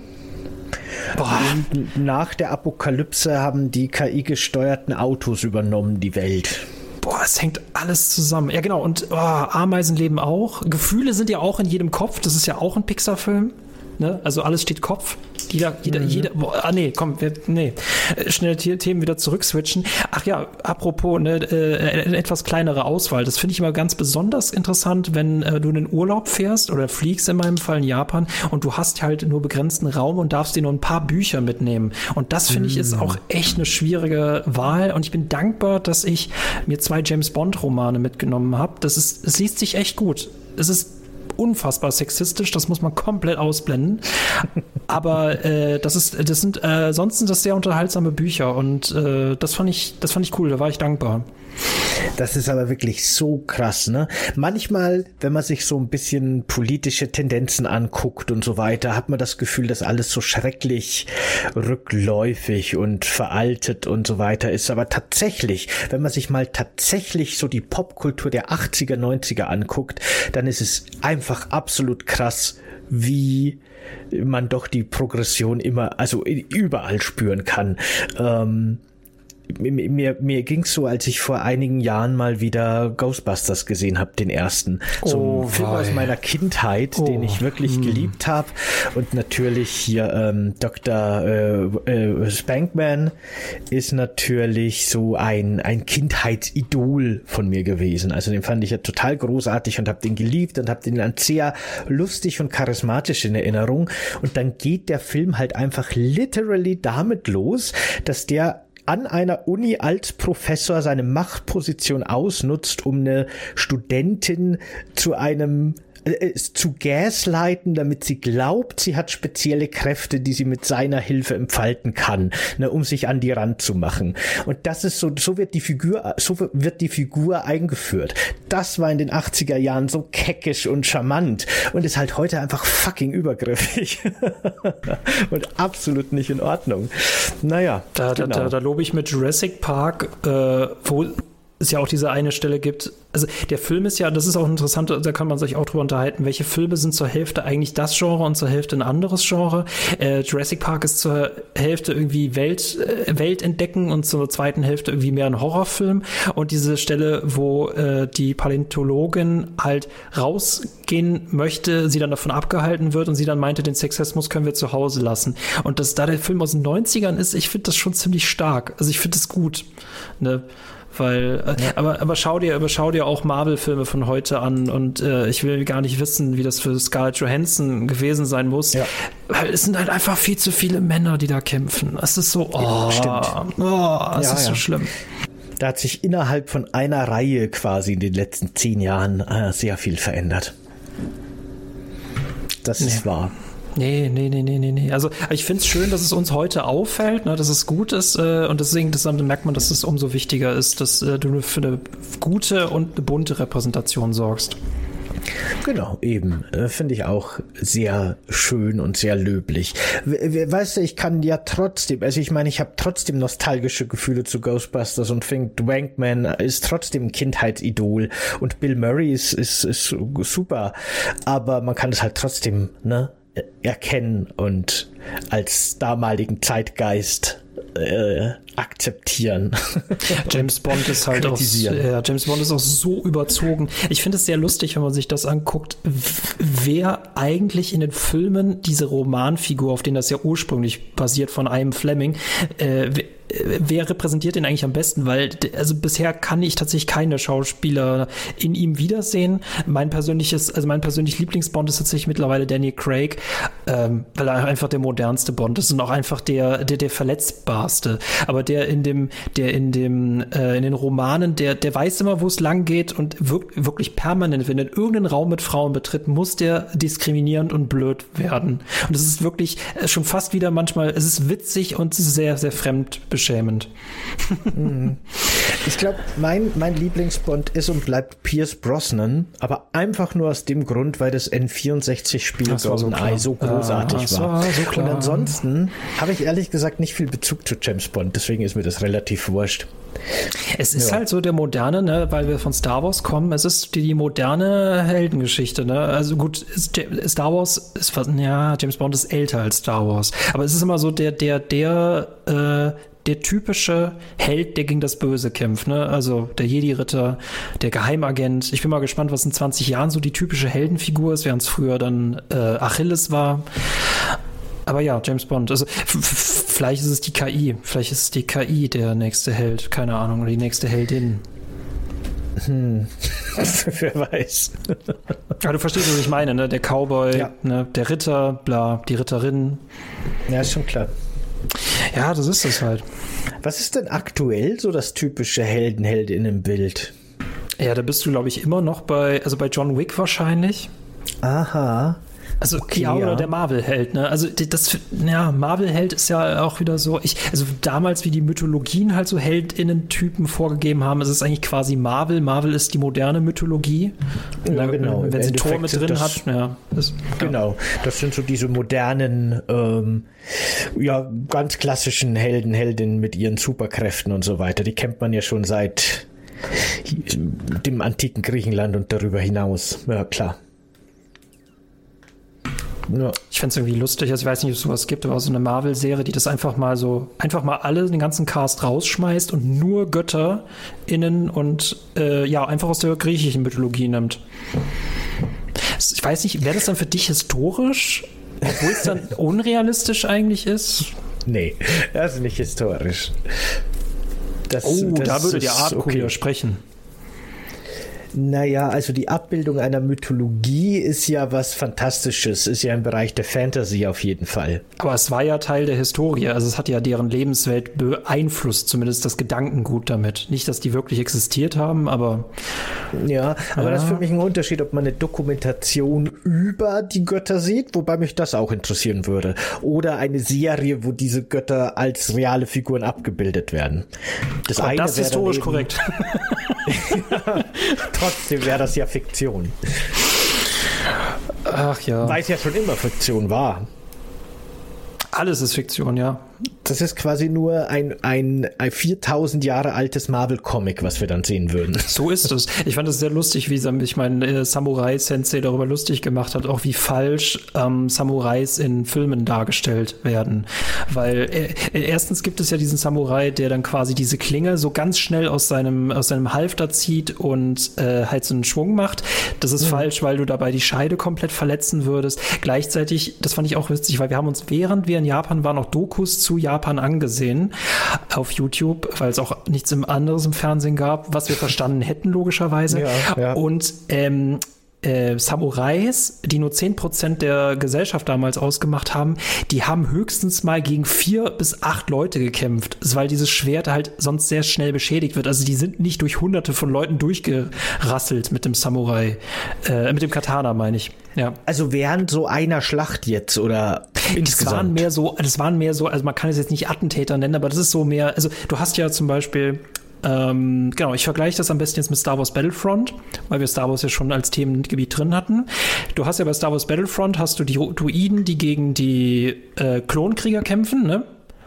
Nach der Apokalypse haben die KI-gesteuerten Autos übernommen, die Welt. Es hängt alles zusammen. Ja, genau. Und Ameisen leben auch. Gefühle sind ja auch in jedem Kopf. Das ist ja auch ein Pixar-Film. Ne? Also alles steht Kopf. Jeder. Schnell Themen wieder zurückswitchen. Ach ja, apropos, eine etwas kleinere Auswahl. Das finde ich immer ganz besonders interessant, wenn du in den Urlaub fährst oder fliegst, in meinem Fall in Japan, und du hast halt nur begrenzten Raum und darfst dir nur ein paar Bücher mitnehmen. Und das finde ich ist auch echt eine schwierige Wahl. Und ich bin dankbar, dass ich mir 2 James-Bond-Romane mitgenommen habe. Es liest sich echt gut. Es ist unfassbar sexistisch, das muss man komplett ausblenden. Aber sonst sind das sehr unterhaltsame Bücher und das fand ich cool, da war ich dankbar. Das ist aber wirklich so krass, ne? Manchmal, wenn man sich so ein bisschen politische Tendenzen anguckt und so weiter, hat man das Gefühl, dass alles so schrecklich rückläufig und veraltet und so weiter ist. Aber tatsächlich, wenn man sich mal tatsächlich so die Popkultur der 80er, 90er anguckt, dann ist es einfach absolut krass, wie man doch die Progression überall spüren kann. Mir ging's so, als ich vor einigen Jahren mal wieder Ghostbusters gesehen habe, den ersten. So ein Film aus meiner Kindheit, den ich wirklich geliebt habe. Und natürlich hier Dr. Spankman ist natürlich so ein Kindheitsidol von mir gewesen. Also den fand ich ja total großartig und habe den geliebt und habe den dann sehr lustig und charismatisch in Erinnerung. Und dann geht der Film halt einfach literally damit los, dass der an einer Uni als Professor seine Machtposition ausnutzt, um eine Studentin zu gaslighten, damit sie glaubt, sie hat spezielle Kräfte, die sie mit seiner Hilfe entfalten kann, ne, um sich an die Rand zu machen. Und das ist so wird die Figur eingeführt. Das war in den 80er Jahren so keckisch und charmant und ist halt heute einfach fucking übergriffig und absolut nicht in Ordnung. Naja, da lobe ich mit Jurassic Park, wo es ja auch diese eine Stelle gibt. Also der Film ist ja, das ist auch interessant, da kann man sich auch drüber unterhalten, welche Filme sind zur Hälfte eigentlich das Genre und zur Hälfte ein anderes Genre. Jurassic Park ist zur Hälfte irgendwie Welt entdecken und zur zweiten Hälfte irgendwie mehr ein Horrorfilm. Und diese Stelle, wo die Paläontologin halt rausgehen möchte, sie dann davon abgehalten wird und sie dann meinte, den Sexismus können wir zu Hause lassen. Und da der Film aus den 90ern ist, ich finde das schon ziemlich stark. Also ich finde das gut, ne? Weil, aber schau dir auch Marvel-Filme von heute an und ich will gar nicht wissen, wie das für Scarlett Johansson gewesen sein muss. Ja. Weil es sind halt einfach viel zu viele Männer, die da kämpfen. Es ist so, es ist so schlimm. Da hat sich innerhalb von einer Reihe quasi in den letzten 10 Jahren sehr viel verändert. Das ist wahr. Nee. Also ich finde es schön, dass es uns heute auffällt, ne, dass es gut ist und deswegen merkt man, dass es umso wichtiger ist, dass du für eine gute und eine bunte Repräsentation sorgst. Genau, eben. Finde ich auch sehr schön und sehr löblich. Weißt du, ich kann ja trotzdem, also ich meine, ich habe trotzdem nostalgische Gefühle zu Ghostbusters und finde, Wankman ist trotzdem ein Kindheitsidol und Bill Murray ist super, aber man kann es halt trotzdem, ne, erkennen und als damaligen Zeitgeist akzeptieren. James Bond ist halt auch, James Bond ist auch so überzogen. Ich finde es sehr lustig, wenn man sich das anguckt, wer eigentlich in den Filmen diese Romanfigur, auf denen das ja ursprünglich basiert von Ian Fleming, wer repräsentiert den eigentlich am besten? Weil, also bisher kann ich tatsächlich keine Schauspieler in ihm wiedersehen. Mein persönlich Lieblingsbond ist tatsächlich mittlerweile Daniel Craig, weil er einfach der modernste Bond ist und auch einfach der verletzbarste. Aber der in den Romanen, der weiß immer, wo es lang geht und wirklich permanent, wenn er irgendeinen Raum mit Frauen betritt, muss der diskriminierend und blöd werden. Und es ist wirklich schon fast wieder manchmal, es ist witzig und sehr, sehr fremdbeschämend. Ich glaube, mein Lieblingsbond ist und bleibt Pierce Brosnan, aber einfach nur aus dem Grund, weil das N64-Spiel GoldenEye so großartig war. Und ansonsten habe ich ehrlich gesagt nicht viel Bezug zu James Bond, deswegen ist mir das relativ wurscht. Es ist halt so der moderne, ne, weil wir von Star Wars kommen, es ist die moderne Heldengeschichte, ne? Also gut, Star Wars ist fast, ja, James Bond ist älter als Star Wars, aber es ist immer so der typische Held, der gegen das Böse kämpft, ne? Also der Jedi-Ritter, der Geheimagent. Ich bin mal gespannt, was in 20 Jahren so die typische Heldenfigur ist, während es früher dann Achilles war. Aber ja, James Bond. Also vielleicht ist es die KI. Vielleicht ist die KI der nächste Held. Keine Ahnung. Oder die nächste Heldin. Wer weiß. Aber du verstehst, was ich meine, ne? Der Cowboy, ja. Ne? Der Ritter, bla, die Ritterin. Ja, ist schon klar. Ja, das ist es halt. Was ist denn aktuell so das typische Heldinnenbild? Ja, da bist du, glaube ich, immer noch bei John Wick wahrscheinlich. Aha. Also okay, ja, oder der Marvel-Held, ne? Also Marvel-Held ist ja auch wieder so, also damals, wie die Mythologien halt so Heldinnen-Typen vorgegeben haben, ist es eigentlich quasi Marvel. Marvel ist die moderne Mythologie. Ja, genau. Wenn sie Thor mit drin hat, ja. Genau, das sind so diese modernen, ganz klassischen Heldinnen mit ihren Superkräften und so weiter. Die kennt man ja schon seit dem antiken Griechenland und darüber hinaus. Ja, klar. Ja. Ich fände es irgendwie lustig, also ich weiß nicht, ob es sowas gibt, aber so eine Marvel-Serie, die das einfach mal den ganzen Cast rausschmeißt und nur GötterInnen und einfach aus der griechischen Mythologie nimmt. Ich weiß nicht, wäre das dann für dich historisch, obwohl es dann unrealistisch eigentlich ist? Nee, das ist nicht historisch. Da würde der Artco widersprechen. Naja, also die Abbildung einer Mythologie ist ja was Fantastisches, ist ja im Bereich der Fantasy auf jeden Fall. Aber es war ja Teil der Historie, also es hat ja deren Lebenswelt beeinflusst, zumindest das Gedankengut damit. Nicht, dass die wirklich existiert haben, aber... Ja, aber das ist für mich ein Unterschied, ob man eine Dokumentation über die Götter sieht, wobei mich das auch interessieren würde. Oder eine Serie, wo diese Götter als reale Figuren abgebildet werden. Das ist historisch korrekt. Ja, trotzdem wäre das ja Fiktion. Ach ja. Weil es ja schon immer Fiktion war. Alles ist Fiktion, ja. Das ist quasi nur ein 4000 Jahre altes Marvel-Comic, was wir dann sehen würden. So ist es. Ich fand es sehr lustig, wie Samurai-Sensei darüber lustig gemacht hat, auch wie falsch Samurais in Filmen dargestellt werden. Weil erstens gibt es ja diesen Samurai, der dann quasi diese Klinge so ganz schnell aus seinem Halfter zieht und halt so einen Schwung macht. Das ist falsch, weil du dabei die Scheide komplett verletzen würdest. Gleichzeitig, das fand ich auch witzig, weil wir haben uns, während wir in Japan waren, auch Dokus zu Japan angesehen auf YouTube, weil es auch nichts anderes im Fernsehen gab, was wir verstanden hätten, logischerweise. Ja. Und Samurais, die nur 10% der Gesellschaft damals ausgemacht haben, die haben höchstens mal gegen 4 bis 8 Leute gekämpft, weil dieses Schwert halt sonst sehr schnell beschädigt wird. Also die sind nicht durch Hunderte von Leuten durchgerasselt mit dem Samurai, mit dem Katana, meine ich. Ja. Also während so einer Schlacht jetzt oder das waren mehr so, also man kann es jetzt nicht Attentäter nennen, aber das ist so mehr, also du hast ja zum Beispiel Genau, ich vergleiche das am besten jetzt mit Star Wars Battlefront, weil wir Star Wars ja schon als Themengebiet drin hatten. Du hast ja bei Star Wars Battlefront hast du die Druiden, die gegen die Klonkrieger kämpfen, ne?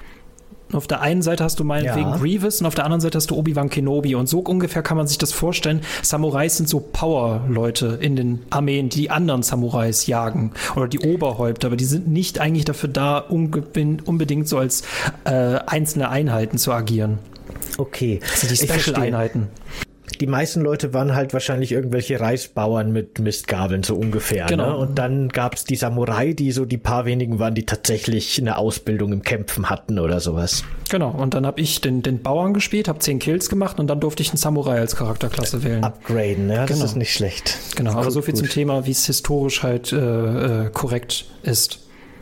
Auf der einen Seite hast du meinetwegen Grievous und auf der anderen Seite hast du Obi-Wan Kenobi. Und so ungefähr kann man sich das vorstellen. Samurais sind so Power-Leute in den Armeen, die anderen Samurais jagen. Oder die Oberhäupter. Aber die sind nicht eigentlich dafür da, unbedingt so als einzelne Einheiten zu agieren. Okay. Das sind die Special-Einheiten. Die meisten Leute waren halt wahrscheinlich irgendwelche Reisbauern mit Mistgabeln, so ungefähr. Genau. Ne? Und dann gab's die Samurai, die so die paar wenigen waren, die tatsächlich eine Ausbildung im Kämpfen hatten oder sowas. Genau, und dann habe ich den Bauern gespielt, habe 10 Kills gemacht und dann durfte ich einen Samurai als Charakterklasse wählen. Upgraden, ja, das Genau. ist nicht schlecht. Genau, aber Gut, so viel zum Thema, wie es historisch halt korrekt ist.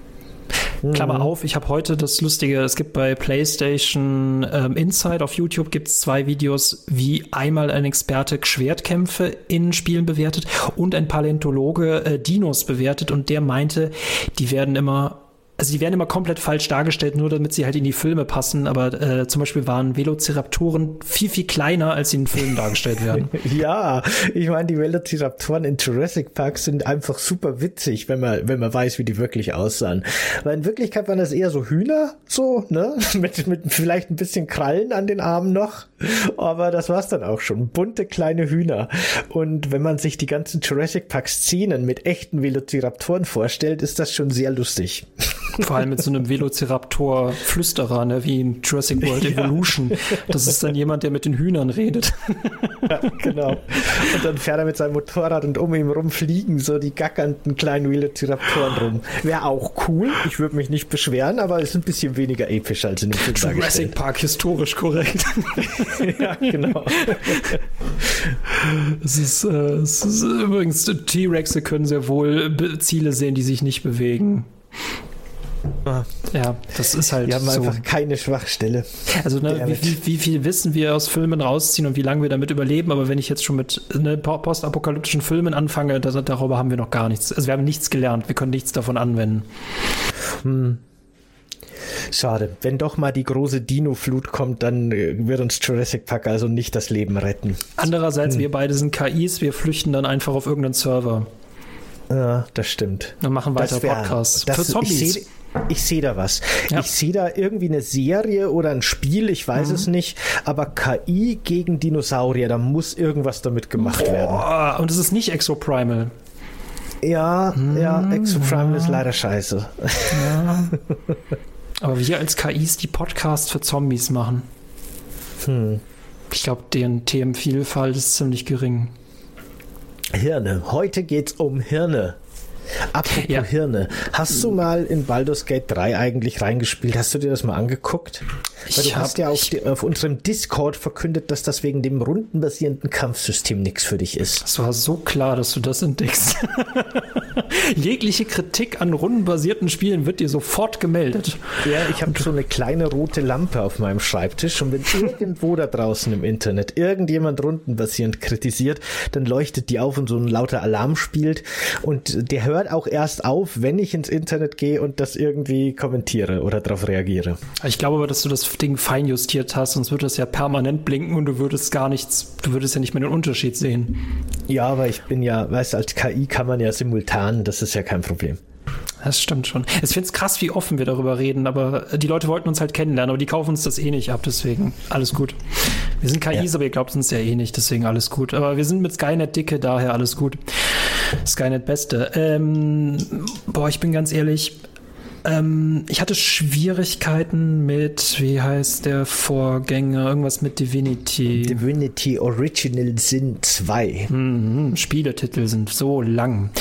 Klammer auf, ich habe heute das Lustige, es gibt bei PlayStation Inside auf YouTube gibt es 2 Videos, wie einmal ein Experte Schwertkämpfe in Spielen bewertet und ein Paläontologe Dinos bewertet und der meinte, die werden immer komplett falsch dargestellt, nur damit sie halt in die Filme passen, aber zum Beispiel waren Velociraptoren viel, viel kleiner, als sie in Filmen dargestellt werden. Ja, ich meine, die Velociraptoren in Jurassic Park sind einfach super witzig, wenn man weiß, wie die wirklich aussahen. Weil in Wirklichkeit waren das eher so Hühner, so, ne, mit vielleicht ein bisschen Krallen an den Armen noch, aber das war's dann auch schon. Bunte kleine Hühner. Und wenn man sich die ganzen Jurassic Park Szenen mit echten Velociraptoren vorstellt, ist das schon sehr lustig. Vor allem mit so einem Velociraptor-Flüsterer, ne, wie in Jurassic World Evolution. Das ist dann jemand, der mit den Hühnern redet. Ja, genau. Und dann fährt er mit seinem Motorrad und um ihn rum fliegen so die gackernden kleinen Velociraptoren rum. Wäre auch cool. Ich würde mich nicht beschweren, aber ist ein bisschen weniger episch als in dem Film dargestellt. Jurassic Park historisch korrekt. Ja, genau. Es ist übrigens, T-Rexe können sehr wohl Ziele sehen, die sich nicht bewegen. Ja, das ist halt so. Die haben einfach keine Schwachstelle. Also wie viel Wissen wir aus Filmen rausziehen und wie lange wir damit überleben, aber wenn ich jetzt schon mit postapokalyptischen Filmen anfange, darüber haben wir noch gar nichts. Also wir haben nichts gelernt, wir können nichts davon anwenden. Schade. Wenn doch mal die große Dino-Flut kommt, dann wird uns Jurassic Park also nicht das Leben retten. Andererseits, wir beide sind KIs, wir flüchten dann einfach auf irgendeinen Server. Ja, das stimmt. Und machen weiter Podcasts. Für Zombies. Ich sehe da was. Ja. Ich sehe da irgendwie eine Serie oder ein Spiel, ich weiß es nicht, aber KI gegen Dinosaurier, da muss irgendwas damit gemacht werden. Und es ist nicht Exoprimal. Ja, Exoprimal ist leider scheiße. Ja. Aber wir als KIs die Podcasts für Zombies machen. Ich glaube, deren Themenvielfalt ist ziemlich gering. Hirne. Heute geht's um Hirne. Apropos Hirne. Hast du mal in Baldur's Gate 3 eigentlich reingespielt? Hast du dir das mal angeguckt? Weil du hast ja auf unserem Discord verkündet, dass das wegen dem rundenbasierenden Kampfsystem nichts für dich ist. Es war so klar, dass du das entdeckst. Jegliche Kritik an rundenbasierten Spielen wird dir sofort gemeldet. Ja, ich habe so eine kleine rote Lampe auf meinem Schreibtisch und wenn irgendwo da draußen im Internet irgendjemand rundenbasierend kritisiert, dann leuchtet die auf und so ein lauter Alarm spielt und der hört auch erst auf, wenn ich ins Internet gehe und das irgendwie kommentiere oder darauf reagiere. Ich glaube aber, dass du das Ding fein justiert hast, sonst würde es ja permanent blinken und du würdest ja nicht mehr den Unterschied sehen. Ja, aber ich bin ja, weißt du, als KI kann man ja simultan, das ist ja kein Problem. Das stimmt schon. Ich finde es krass, wie offen wir darüber reden, aber die Leute wollten uns halt kennenlernen, aber die kaufen uns das eh nicht ab, deswegen alles gut. Wir sind KIs, aber ihr glaubt uns ja eh nicht, deswegen alles gut. Aber wir sind mit Skynet dicke, daher alles gut. Skynet Beste. Ich bin ganz ehrlich, ich hatte Schwierigkeiten mit, wie heißt der Vorgänger, irgendwas mit Divinity. Divinity Original Sin 2. Spieletitel sind so lang.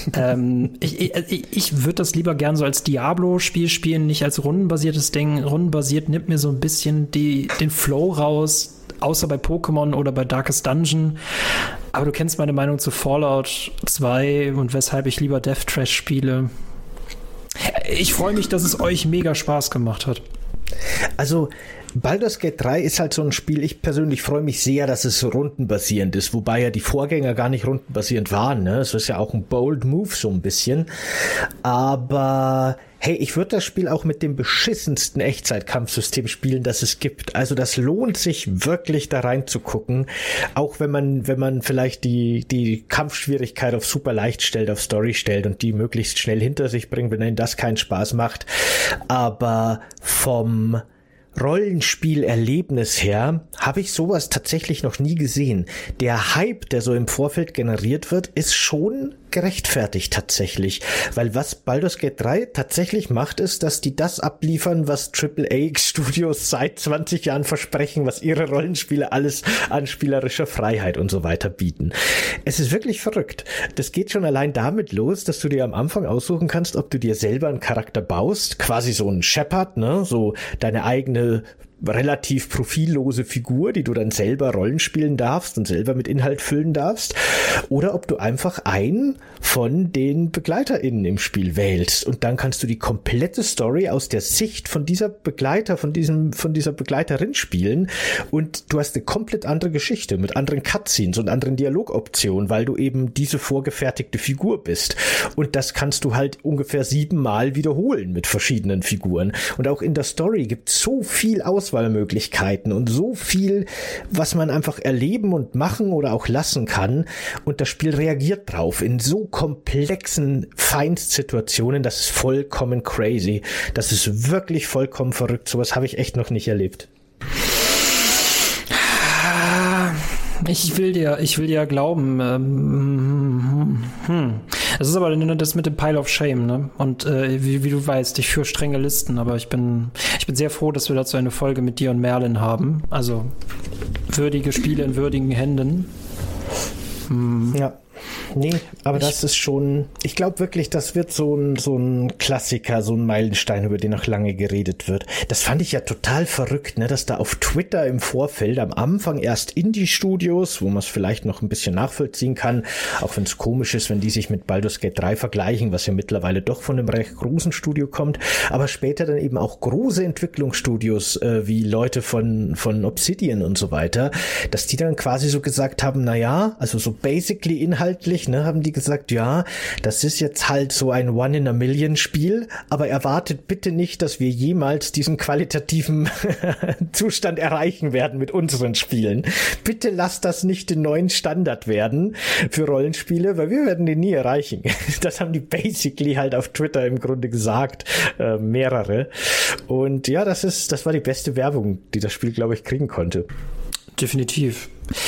Ich würde das lieber gern so als Diablo-Spiel spielen, nicht als rundenbasiertes Ding. Rundenbasiert nimmt mir so ein bisschen den Flow raus, außer bei Pokémon oder bei Darkest Dungeon. Aber du kennst meine Meinung zu Fallout 2 und weshalb ich lieber Death Trash spiele. Ich freue mich, dass es euch mega Spaß gemacht hat. Also Baldur's Gate 3 ist halt so ein Spiel, ich persönlich freue mich sehr, dass es rundenbasierend ist, wobei ja die Vorgänger gar nicht rundenbasierend waren. Ne? Es ist ja auch ein bold Move so ein bisschen. Aber hey, ich würde das Spiel auch mit dem beschissensten Echtzeitkampfsystem spielen, das es gibt. Also das lohnt sich wirklich da reinzugucken, auch wenn man vielleicht die Kampfschwierigkeit auf super leicht stellt, auf Story stellt und die möglichst schnell hinter sich bringt, wenn ihnen das keinen Spaß macht. Aber vom Rollenspielerlebnis her habe ich sowas tatsächlich noch nie gesehen. Der Hype, der so im Vorfeld generiert wird, ist schon gerechtfertigt tatsächlich, weil was Baldur's Gate 3 tatsächlich macht, ist, dass die das abliefern, was AAA-Studios seit 20 Jahren versprechen, was ihre Rollenspiele alles an spielerischer Freiheit und so weiter bieten. Es ist wirklich verrückt. Das geht schon allein damit los, dass du dir am Anfang aussuchen kannst, ob du dir selber einen Charakter baust, quasi so ein Shepard, ne, so deine eigene relativ profillose Figur, die du dann selber Rollen spielen darfst und selber mit Inhalt füllen darfst, oder ob du einfach einen von den BegleiterInnen im Spiel wählst und dann kannst du die komplette Story aus der Sicht von dieser Begleiter, von dieser Begleiterin spielen und du hast eine komplett andere Geschichte mit anderen Cutscenes und anderen Dialogoptionen, weil du eben diese vorgefertigte Figur bist und das kannst du halt ungefähr 7 Mal wiederholen mit verschiedenen Figuren und auch in der Story gibt es so viel Auswahlmöglichkeiten und so viel, was man einfach erleben und machen oder auch lassen kann und das Spiel reagiert drauf in so komplexen Feinstsituationen, das ist vollkommen crazy. Das ist wirklich vollkommen verrückt. Sowas habe ich echt noch nicht erlebt. Ich will dir glauben. Das ist aber das mit dem Pile of Shame, ne? Und wie du weißt, ich führe strenge Listen, aber ich bin sehr froh, dass wir dazu eine Folge mit dir und Merlin haben. Also würdige Spiele in würdigen Händen. Ja. Nee, aber das ist schon, ich glaube wirklich, das wird so ein Klassiker, so ein Meilenstein, über den noch lange geredet wird. Das fand ich ja total verrückt, ne, dass da auf Twitter im Vorfeld am Anfang erst Indie-Studios, wo man es vielleicht noch ein bisschen nachvollziehen kann, auch wenn es komisch ist, wenn die sich mit Baldur's Gate 3 vergleichen, was ja mittlerweile doch von einem recht großen Studio kommt, aber später dann eben auch große Entwicklungsstudios, wie Leute von Obsidian und so weiter, dass die dann quasi so gesagt haben, naja, also so basically inhaltlich, ne, haben die gesagt, ja, das ist jetzt halt so ein One-in-a-Million-Spiel, aber erwartet bitte nicht, dass wir jemals diesen qualitativen Zustand erreichen werden mit unseren Spielen. Bitte lasst das nicht den neuen Standard werden für Rollenspiele, weil wir werden den nie erreichen. Das haben die basically halt auf Twitter im Grunde gesagt, mehrere. Und ja, das war die beste Werbung, die das Spiel, glaube ich, kriegen konnte. Definitiv.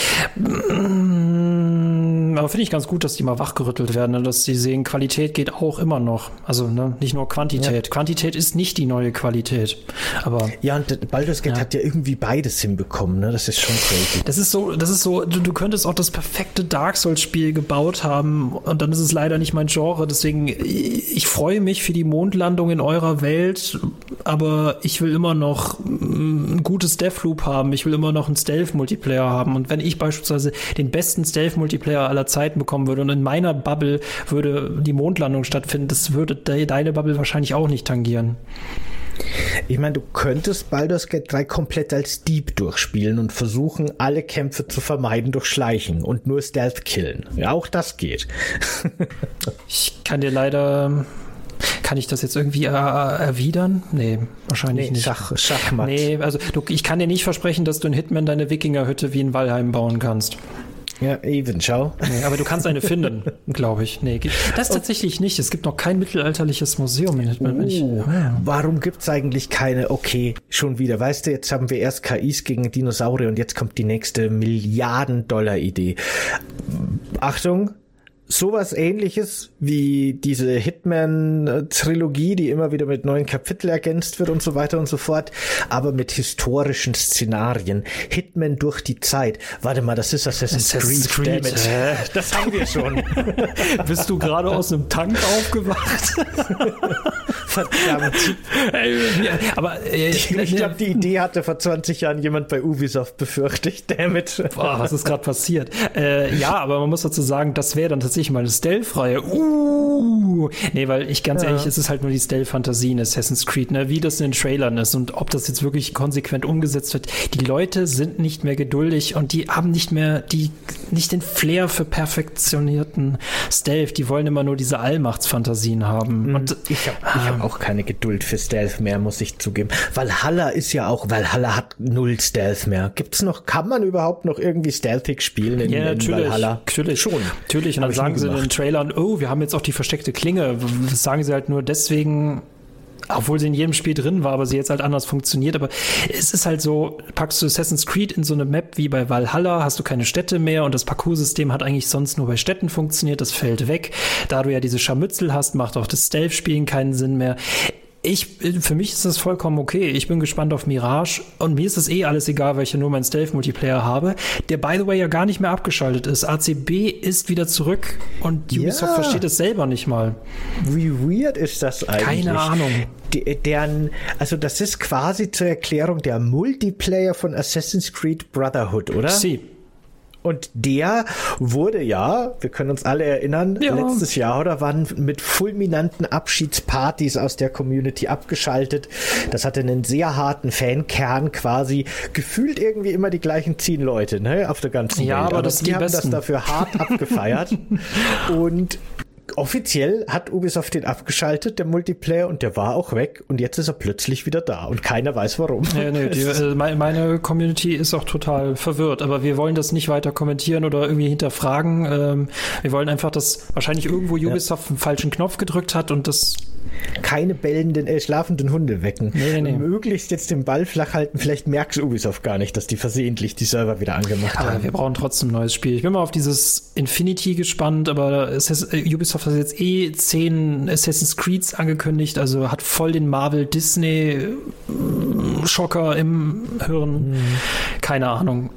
Aber finde ich ganz gut, dass die mal wachgerüttelt werden, ne? Dass sie sehen, Qualität geht auch immer noch. Also ne, nicht nur Quantität. Ja. Quantität ist nicht die neue Qualität. Aber ja, und Baldur's Gate hat ja irgendwie beides hinbekommen, ne? Das ist schon crazy. Das ist so, du könntest auch das perfekte Dark Souls-Spiel gebaut haben und dann ist es leider nicht mein Genre. Deswegen, ich freue mich für die Mondlandung in eurer Welt, aber ich will immer noch ein gutes Deathloop haben. Ich will immer noch einen Stealth-Multiplayer haben. Und wenn ich beispielsweise den besten Stealth-Multiplayer aller Zeiten bekommen würde und in meiner Bubble würde die Mondlandung stattfinden, das würde deine Bubble wahrscheinlich auch nicht tangieren. Ich meine, du könntest Baldur's Gate 3 komplett als Dieb durchspielen und versuchen, alle Kämpfe zu vermeiden durch Schleichen und nur Stealth killen. Ja, auch das geht. Ich kann dir leider... Kann ich das jetzt irgendwie erwidern? Nee, wahrscheinlich nicht. Schachmatt. Nee, also ich kann dir nicht versprechen, dass du in Hitman deine Wikingerhütte wie in Valheim bauen kannst. Ja, eben, schau. Nee, aber du kannst eine finden, glaube ich. Nee, das tatsächlich nicht. Es gibt noch kein mittelalterliches Museum in Hitman. Warum gibt's eigentlich keine? Okay, schon wieder. Weißt du, jetzt haben wir erst KIs gegen Dinosaurier und jetzt kommt die nächste Milliarden-Dollar-Idee. Achtung! Sowas Ähnliches wie diese Hitman-Trilogie, die immer wieder mit neuen Kapiteln ergänzt wird und so weiter und so fort, aber mit historischen Szenarien. Hitman durch die Zeit. Warte mal, das ist Assassin's Creed. Das haben wir schon. Bist du gerade aus einem Tank aufgewacht? Verdammt. Aber ich glaube, die Idee hatte vor 20 Jahren jemand bei Ubisoft befürchtet. Dammit. Boah, was ist gerade passiert? Ja, aber man muss dazu sagen, das wäre dann tatsächlich tatsächlich mal eine Stealth-Reihe. Nee, weil ich ganz ehrlich, es ist halt nur die Stealth-Fantasie in Assassin's Creed, ne? Wie das in den Trailern ist und ob das jetzt wirklich konsequent umgesetzt wird. Die Leute sind nicht mehr geduldig und die haben nicht den Flair für perfektionierten Stealth. Die wollen immer nur diese Allmachtsfantasien haben. Und ich hab auch keine Geduld für Stealth mehr, muss ich zugeben. Valhalla hat null Stealth mehr. Kann man überhaupt noch irgendwie stealthig spielen in Valhalla? Natürlich. Schon. Natürlich. Und dann sagen sie in den Trailern, wir haben jetzt auch die versteckte Klinge. Das sagen sie halt nur deswegen, obwohl sie in jedem Spiel drin war, aber sie jetzt halt anders funktioniert. Aber es ist halt so, packst du Assassin's Creed in so eine Map wie bei Valhalla, hast du keine Städte mehr und das Parcoursystem hat eigentlich sonst nur bei Städten funktioniert, das fällt weg. Da du ja diese Scharmützel hast, macht auch das Stealth-Spielen keinen Sinn mehr. Für mich ist das vollkommen okay. Ich bin gespannt auf Mirage und mir ist es alles egal, weil ich ja nur meinen Stealth-Multiplayer habe, der by the way ja gar nicht mehr abgeschaltet ist. ACB ist wieder zurück und Ubisoft versteht es selber nicht mal. Wie weird ist das eigentlich? Keine Ahnung. Das ist quasi zur Erklärung der Multiplayer von Assassin's Creed Brotherhood, oder? Sie. Und der wurde wir können uns alle erinnern, letztes Jahr waren mit fulminanten Abschiedspartys aus der Community abgeschaltet. Das hatte einen sehr harten Fankern quasi. Gefühlt irgendwie immer die gleichen 10 Leute, ne, auf der ganzen Welt. Ja, aber das die haben das dafür hart abgefeiert. Und offiziell hat Ubisoft den abgeschaltet, der Multiplayer, und der war auch weg und jetzt ist er plötzlich wieder da und keiner weiß warum. Meine Community ist auch total verwirrt, aber wir wollen das nicht weiter kommentieren oder irgendwie hinterfragen. Wir wollen einfach, dass wahrscheinlich irgendwo Ubisoft einen falschen Knopf gedrückt hat und das keine schlafenden Hunde wecken. Nee. Möglichst jetzt den Ball flach halten. Vielleicht merkt Ubisoft gar nicht, dass die versehentlich die Server wieder angemacht haben. Aber wir brauchen trotzdem ein neues Spiel. Ich bin mal auf dieses Infinity gespannt, aber Ubisoft hat jetzt 10 Assassin's Creeds angekündigt, also hat voll den Marvel-Disney-Schocker im Hirn. Keine Ahnung.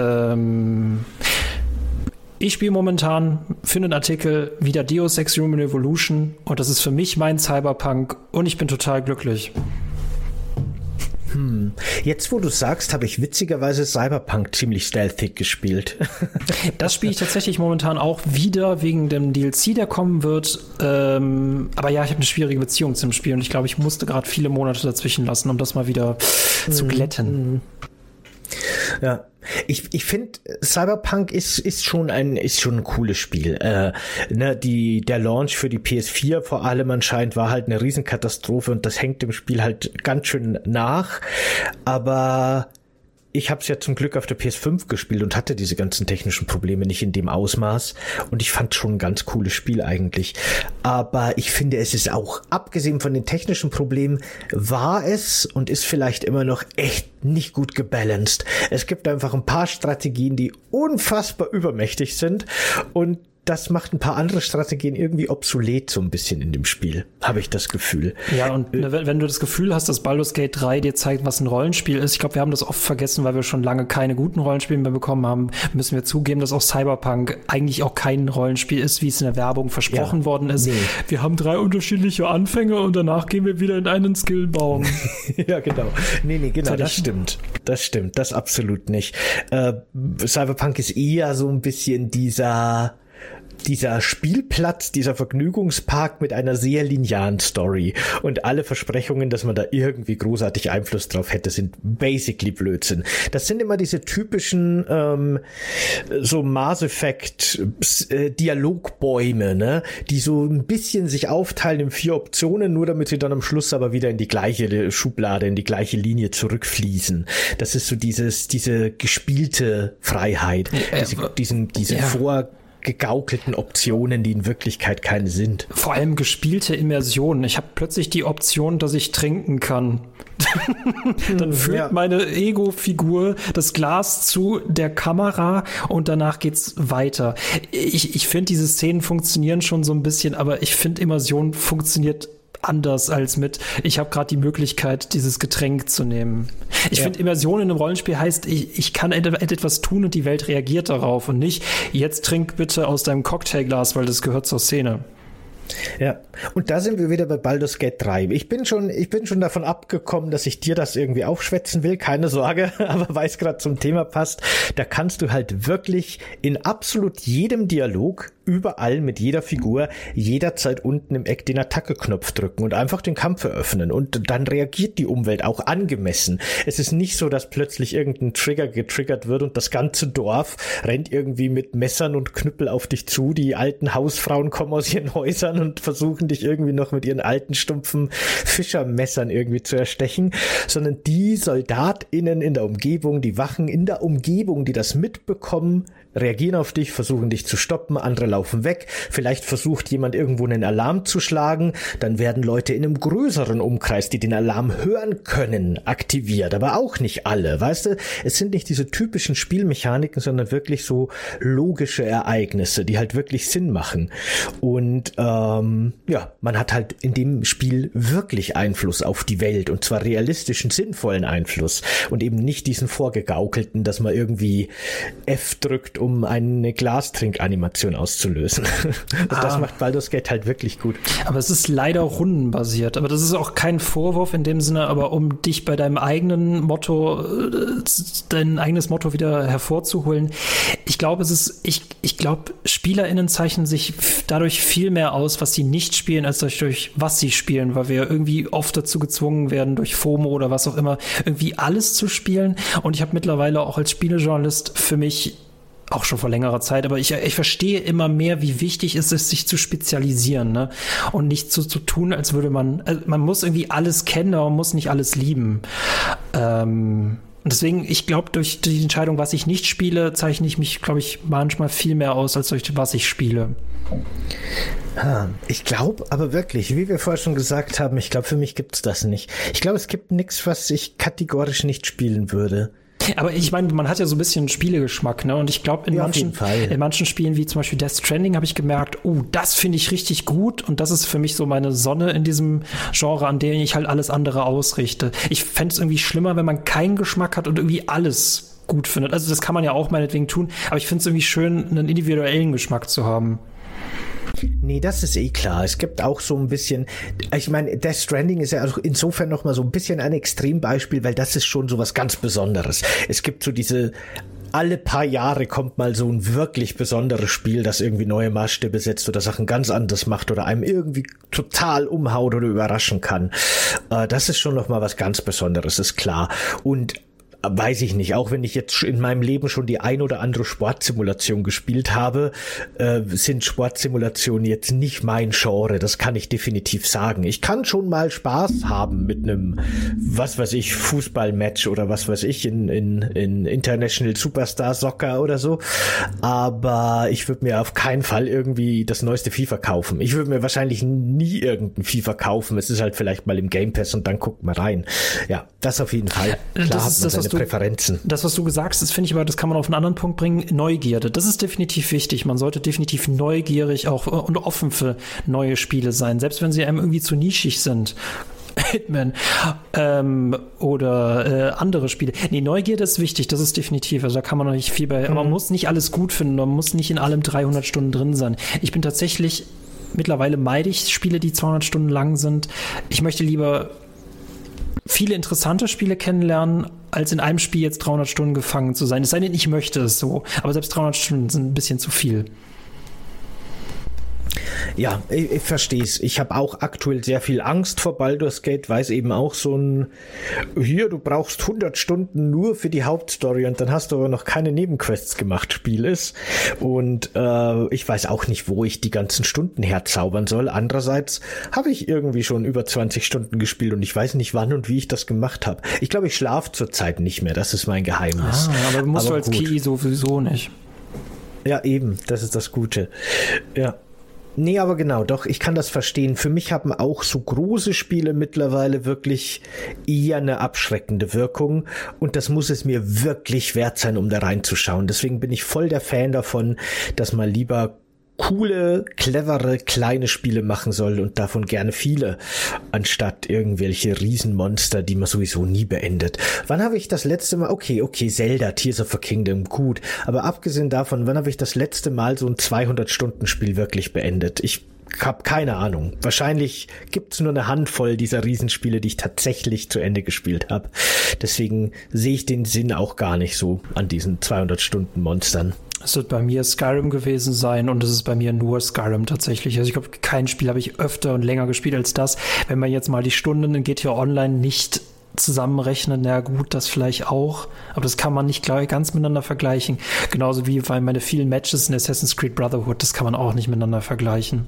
Ich spiele momentan für einen Artikel wieder Deus Ex Human Revolution und das ist für mich mein Cyberpunk und ich bin total glücklich. Jetzt, wo du sagst, habe ich witzigerweise Cyberpunk ziemlich stealthig gespielt. Das spiele ich tatsächlich momentan auch wieder wegen dem DLC, der kommen wird. Aber ja, ich habe eine schwierige Beziehung zum Spiel und ich glaube, ich musste gerade viele Monate dazwischen lassen, um das mal wieder zu glätten. Ja. Ich finde, Cyberpunk ist schon ein cooles Spiel. Der Launch für die PS4 vor allem anscheinend war halt eine Riesenkatastrophe und das hängt dem Spiel halt ganz schön nach. Aber ich habe es ja zum Glück auf der PS5 gespielt und hatte diese ganzen technischen Probleme nicht in dem Ausmaß. Und ich fand schon ein ganz cooles Spiel eigentlich. Aber ich finde, es ist auch, abgesehen von den technischen Problemen, war es und ist vielleicht immer noch echt nicht gut gebalanced. Es gibt einfach ein paar Strategien, die unfassbar übermächtig sind und das macht ein paar andere Strategien irgendwie obsolet so ein bisschen in dem Spiel, habe ich das Gefühl. Ja, und wenn du das Gefühl hast, dass Baldur's Gate 3 dir zeigt, was ein Rollenspiel ist, ich glaube, wir haben das oft vergessen, weil wir schon lange keine guten Rollenspiele mehr bekommen haben, müssen wir zugeben, dass auch Cyberpunk eigentlich auch kein Rollenspiel ist, wie es in der Werbung versprochen worden ist. Nee. Wir haben 3 unterschiedliche Anfänge und danach gehen wir wieder in einen Skillbaum. Ja, genau. Nee, genau, das stimmt. Das absolut nicht. Cyberpunk ist eher so ein bisschen dieser Spielplatz, dieser Vergnügungspark mit einer sehr linearen Story und alle Versprechungen, dass man da irgendwie großartig Einfluss drauf hätte, sind basically Blödsinn. Das sind immer diese typischen so Mass Effect Dialogbäume, ne, die so ein bisschen sich aufteilen in 4 Optionen, nur damit sie dann am Schluss aber wieder in die gleiche Schublade, in die gleiche Linie zurückfließen. Das ist so diese gespielte Freiheit, diese vorgegaukelten Optionen, die in Wirklichkeit keine sind. Vor allem gespielte Immersion. Ich habe plötzlich die Option, dass ich trinken kann. Dann führt meine Ego-Figur das Glas zu der Kamera und danach geht's weiter. Ich finde, diese Szenen funktionieren schon so ein bisschen, aber ich finde, Immersion funktioniert anders als ich habe gerade die Möglichkeit, dieses Getränk zu nehmen. Ich finde, Immersion in einem Rollenspiel heißt, ich kann etwas tun und die Welt reagiert darauf und nicht, jetzt trink bitte aus deinem Cocktailglas, weil das gehört zur Szene. Ja, und da sind wir wieder bei Baldur's Gate 3. Ich bin schon davon abgekommen, dass ich dir das irgendwie aufschwätzen will, keine Sorge, aber weil es gerade zum Thema passt, da kannst du halt wirklich in absolut jedem Dialog überall mit jeder Figur jederzeit unten im Eck den Attacke-Knopf drücken und einfach den Kampf eröffnen und dann reagiert die Umwelt auch angemessen. Es ist nicht so, dass plötzlich irgendein Trigger getriggert wird und das ganze Dorf rennt irgendwie mit Messern und Knüppel auf dich zu. Die alten Hausfrauen kommen aus ihren Häusern und versuchen dich irgendwie noch mit ihren alten, stumpfen Fischermessern irgendwie zu erstechen, sondern die SoldatInnen in der Umgebung, die Wachen in der Umgebung, die das mitbekommen, reagieren auf dich, versuchen dich zu stoppen, andere laufen weg, vielleicht versucht jemand irgendwo einen Alarm zu schlagen, dann werden Leute in einem größeren Umkreis, die den Alarm hören können, aktiviert, aber auch nicht alle, weißt du, es sind nicht diese typischen Spielmechaniken, sondern wirklich so logische Ereignisse, die halt wirklich Sinn machen und man hat halt in dem Spiel wirklich Einfluss auf die Welt und zwar realistischen, sinnvollen Einfluss und eben nicht diesen vorgegaukelten, dass man irgendwie F drückt, um eine Glastrink-Animation auszulösen. Das macht Baldur's Gate halt wirklich gut. Aber es ist leider rundenbasiert. Aber das ist auch kein Vorwurf in dem Sinne, aber um dich bei deinem eigenen Motto, dein eigenes Motto wieder hervorzuholen. Ich glaube, ich glaube, SpielerInnen zeichnen sich dadurch viel mehr aus, was sie nicht spielen, als durch was sie spielen, weil wir irgendwie oft dazu gezwungen werden, durch FOMO oder was auch immer, irgendwie alles zu spielen. Und ich habe mittlerweile auch als Spielejournalist für mich auch schon vor längerer Zeit, aber ich verstehe immer mehr, wie wichtig es ist, sich zu spezialisieren, ne? Und nicht so zu tun, als würde man muss irgendwie alles kennen, aber man muss nicht alles lieben. Und deswegen, ich glaube, durch die Entscheidung, was ich nicht spiele, zeichne ich mich, glaube ich, manchmal viel mehr aus, als durch was ich spiele. Ich glaube aber wirklich, wie wir vorher schon gesagt haben, ich glaube, für mich gibt's das nicht. Ich glaube, es gibt nichts, was ich kategorisch nicht spielen würde. Aber ich meine, man hat ja so ein bisschen Spielegeschmack, ne? Und ich glaube, in manchen Spielen, wie zum Beispiel Death Stranding, habe ich gemerkt, das finde ich richtig gut und das ist für mich so meine Sonne in diesem Genre, an dem ich halt alles andere ausrichte. Ich fände es irgendwie schlimmer, wenn man keinen Geschmack hat und irgendwie alles gut findet. Also das kann man ja auch meinetwegen tun, aber ich finde es irgendwie schön, einen individuellen Geschmack zu haben. Nee, das ist klar. Es gibt auch so ein bisschen, ich meine, Death Stranding ist ja also insofern nochmal so ein bisschen ein Extrembeispiel, weil das ist schon so was ganz Besonderes. Es gibt so alle paar Jahre kommt mal so ein wirklich besonderes Spiel, das irgendwie neue Maßstäbe setzt oder Sachen ganz anders macht oder einem irgendwie total umhaut oder überraschen kann. Das ist schon nochmal was ganz Besonderes, ist klar. Und weiß ich nicht, auch wenn ich jetzt in meinem Leben schon die ein oder andere Sportsimulation gespielt habe, sind Sportsimulationen jetzt nicht mein Genre, das kann ich definitiv sagen. Ich kann schon mal Spaß haben mit einem, was weiß ich, Fußballmatch oder was weiß ich, in International Superstar Soccer oder so, aber ich würde mir auf keinen Fall irgendwie das neueste FIFA kaufen. Ich würde mir wahrscheinlich nie irgendein FIFA kaufen, es ist halt vielleicht mal im Game Pass und dann guckt man rein. Ja, das auf jeden Fall. Klar hat man seine Präferenzen. Das, was du gesagt hast, finde ich aber, das kann man auf einen anderen Punkt bringen, Neugierde. Das ist definitiv wichtig. Man sollte definitiv neugierig auch und offen für neue Spiele sein, selbst wenn sie einem irgendwie zu nischig sind. Hitman oder andere Spiele. Nee, Neugierde ist wichtig, das ist definitiv. Also da kann man noch nicht viel bei, aber man muss nicht alles gut finden, man muss nicht in allem 300 Stunden drin sein. Ich bin tatsächlich, mittlerweile meide ich Spiele, die 200 Stunden lang sind. Ich möchte lieber viele interessante Spiele kennenlernen, als in einem Spiel jetzt 300 Stunden gefangen zu sein. Es sei denn, ich möchte es so. Aber selbst 300 Stunden sind ein bisschen zu viel. Ja, ich verstehe es. Ich habe auch aktuell sehr viel Angst vor Baldur's Gate, weil es eben auch so ein, du brauchst 100 Stunden nur für die Hauptstory und dann hast du aber noch keine Nebenquests gemacht, Spiel ist. Und ich weiß auch nicht, wo ich die ganzen Stunden herzaubern soll. Andererseits habe ich irgendwie schon über 20 Stunden gespielt und ich weiß nicht, wann und wie ich das gemacht habe. Ich glaube, ich schlafe zurzeit nicht mehr. Das ist mein Geheimnis. Aber musst du als KI sowieso nicht. Ja, eben. Das ist das Gute. Ja. Nee, aber genau, doch, ich kann das verstehen. Für mich haben auch so große Spiele mittlerweile wirklich eher eine abschreckende Wirkung und das muss es mir wirklich wert sein, um da reinzuschauen. Deswegen bin ich voll der Fan davon, dass man lieber coole, clevere, kleine Spiele machen soll und davon gerne viele, anstatt irgendwelche Riesenmonster, die man sowieso nie beendet. Wann habe ich das letzte Mal, okay, Zelda, Tears of the Kingdom, gut, aber abgesehen davon, wann habe ich das letzte Mal so ein 200-Stunden-Spiel wirklich beendet? Ich habe keine Ahnung. Wahrscheinlich gibt's nur eine Handvoll dieser Riesenspiele, die ich tatsächlich zu Ende gespielt habe. Deswegen sehe ich den Sinn auch gar nicht so an diesen 200-Stunden-Monstern. Es wird bei mir Skyrim gewesen sein und es ist bei mir nur Skyrim tatsächlich. Also ich glaube, kein Spiel habe ich öfter und länger gespielt als das. Wenn man jetzt mal die Stunden in GTA Online nicht zusammenrechnet, na gut, das vielleicht auch, aber das kann man nicht ganz miteinander vergleichen. Genauso wie meine vielen Matches in Assassin's Creed Brotherhood, das kann man auch nicht miteinander vergleichen.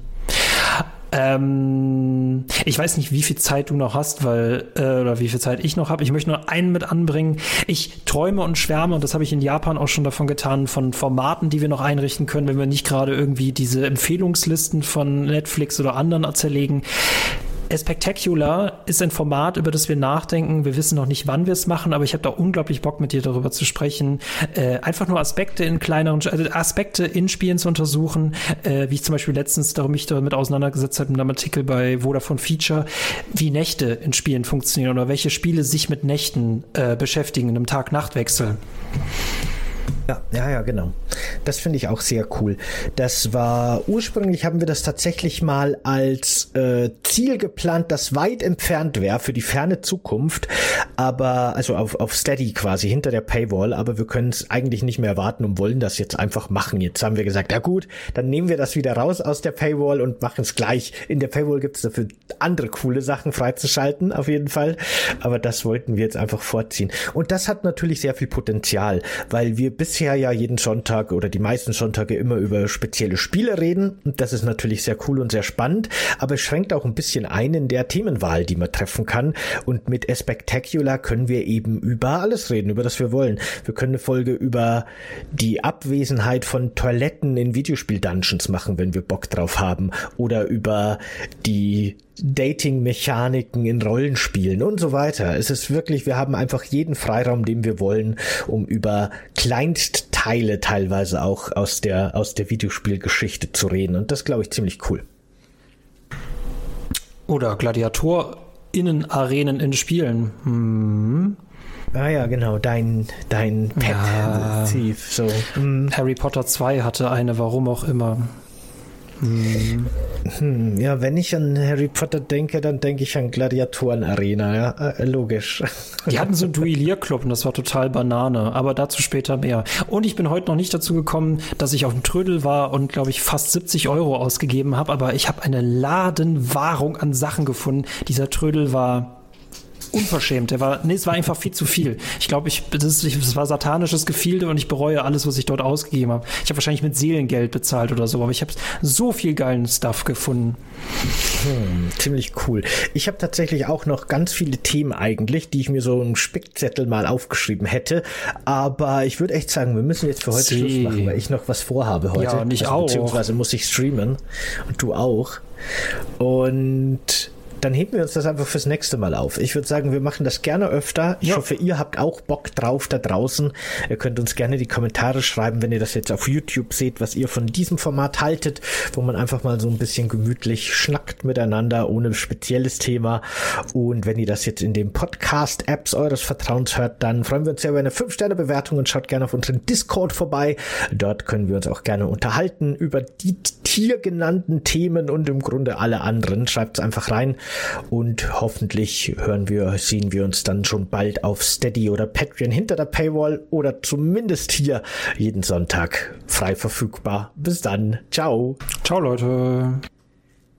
Ich weiß nicht, wie viel Zeit du noch hast, oder wie viel Zeit ich noch habe. Ich möchte nur einen mit anbringen. Ich träume und schwärme, und das habe ich in Japan auch schon davon getan, von Formaten, die wir noch einrichten können, wenn wir nicht gerade irgendwie diese Empfehlungslisten von Netflix oder anderen zerlegen. Spectacular ist ein Format, über das wir nachdenken. Wir wissen noch nicht, wann wir es machen, aber ich habe da unglaublich Bock, mit dir darüber zu sprechen. Einfach nur Aspekte in Spielen zu untersuchen, wie ich zum Beispiel letztens mich damit auseinandergesetzt habe in einem Artikel bei Vodafone Feature, wie Nächte in Spielen funktionieren oder welche Spiele sich mit Nächten beschäftigen, in einem Tag-Nacht-Wechsel. Ja, genau. Das finde ich auch sehr cool. Ursprünglich haben wir das tatsächlich mal als Ziel geplant, das weit entfernt wäre für die ferne Zukunft, aber, also auf Steady quasi, hinter der Paywall, aber wir können es eigentlich nicht mehr erwarten und wollen das jetzt einfach machen. Jetzt haben wir gesagt, ja gut, dann nehmen wir das wieder raus aus der Paywall und machen es gleich. In der Paywall gibt es dafür andere coole Sachen freizuschalten, auf jeden Fall, aber das wollten wir jetzt einfach vorziehen. Und das hat natürlich sehr viel Potenzial, weil wir bisher ja jeden Sonntag oder die meisten Sonntage immer über spezielle Spiele reden und das ist natürlich sehr cool und sehr spannend, aber es schränkt auch ein bisschen ein in der Themenwahl, die man treffen kann, und mit Spectacular können wir eben über alles reden, über das wir wollen. Wir können eine Folge über die Abwesenheit von Toiletten in Videospiel-Dungeons machen, wenn wir Bock drauf haben, oder über die Dating-Mechaniken in Rollenspielen und so weiter. Es ist wirklich, wir haben einfach jeden Freiraum, den wir wollen, um über Kleinstteile teilweise auch aus der Videospielgeschichte zu reden. Und das, glaube ich, ziemlich cool. Oder GladiatorInnen-Arenen in Spielen. Ah ja, genau, dein Pet-Motiv. So. Harry Potter 2 hatte eine, warum auch immer. Ja, wenn ich an Harry Potter denke, dann denke ich an Gladiatoren-Arena, ja, logisch. Die hatten so einen Duellierclub und das war total Banane, aber dazu später mehr. Und ich bin heute noch nicht dazu gekommen, dass ich auf dem Trödel war und, glaube ich, fast 70 € ausgegeben habe, aber ich habe eine Ladenwahrung an Sachen gefunden. Dieser Trödel war unverschämt. Es war einfach viel zu viel. Ich glaube, das war satanisches Gefilde und ich bereue alles, was ich dort ausgegeben habe. Ich habe wahrscheinlich mit Seelengeld bezahlt oder so, aber ich habe so viel geilen Stuff gefunden. Ziemlich cool. Ich habe tatsächlich auch noch ganz viele Themen eigentlich, die ich mir so im Spickzettel mal aufgeschrieben hätte, aber ich würde echt sagen, wir müssen jetzt für heute Schluss machen, weil ich noch was vorhabe heute. Ja, und ich auch. Beziehungsweise muss ich streamen und du auch. Und dann heben wir uns das einfach fürs nächste Mal auf. Ich würde sagen, wir machen das gerne öfter. Ich hoffe, ihr habt auch Bock drauf da draußen. Ihr könnt uns gerne die Kommentare schreiben, wenn ihr das jetzt auf YouTube seht, was ihr von diesem Format haltet, wo man einfach mal so ein bisschen gemütlich schnackt miteinander, ohne spezielles Thema. Und wenn ihr das jetzt in den Podcast-Apps eures Vertrauens hört, dann freuen wir uns sehr über eine 5-Sterne-Bewertung und schaut gerne auf unseren Discord vorbei. Dort können wir uns auch gerne unterhalten über die hier genannten Themen und im Grunde alle anderen. Schreibt es einfach rein. Und hoffentlich sehen wir uns dann schon bald auf Steady oder Patreon hinter der Paywall oder zumindest hier jeden Sonntag frei verfügbar. Bis dann. Ciao. Ciao, Leute.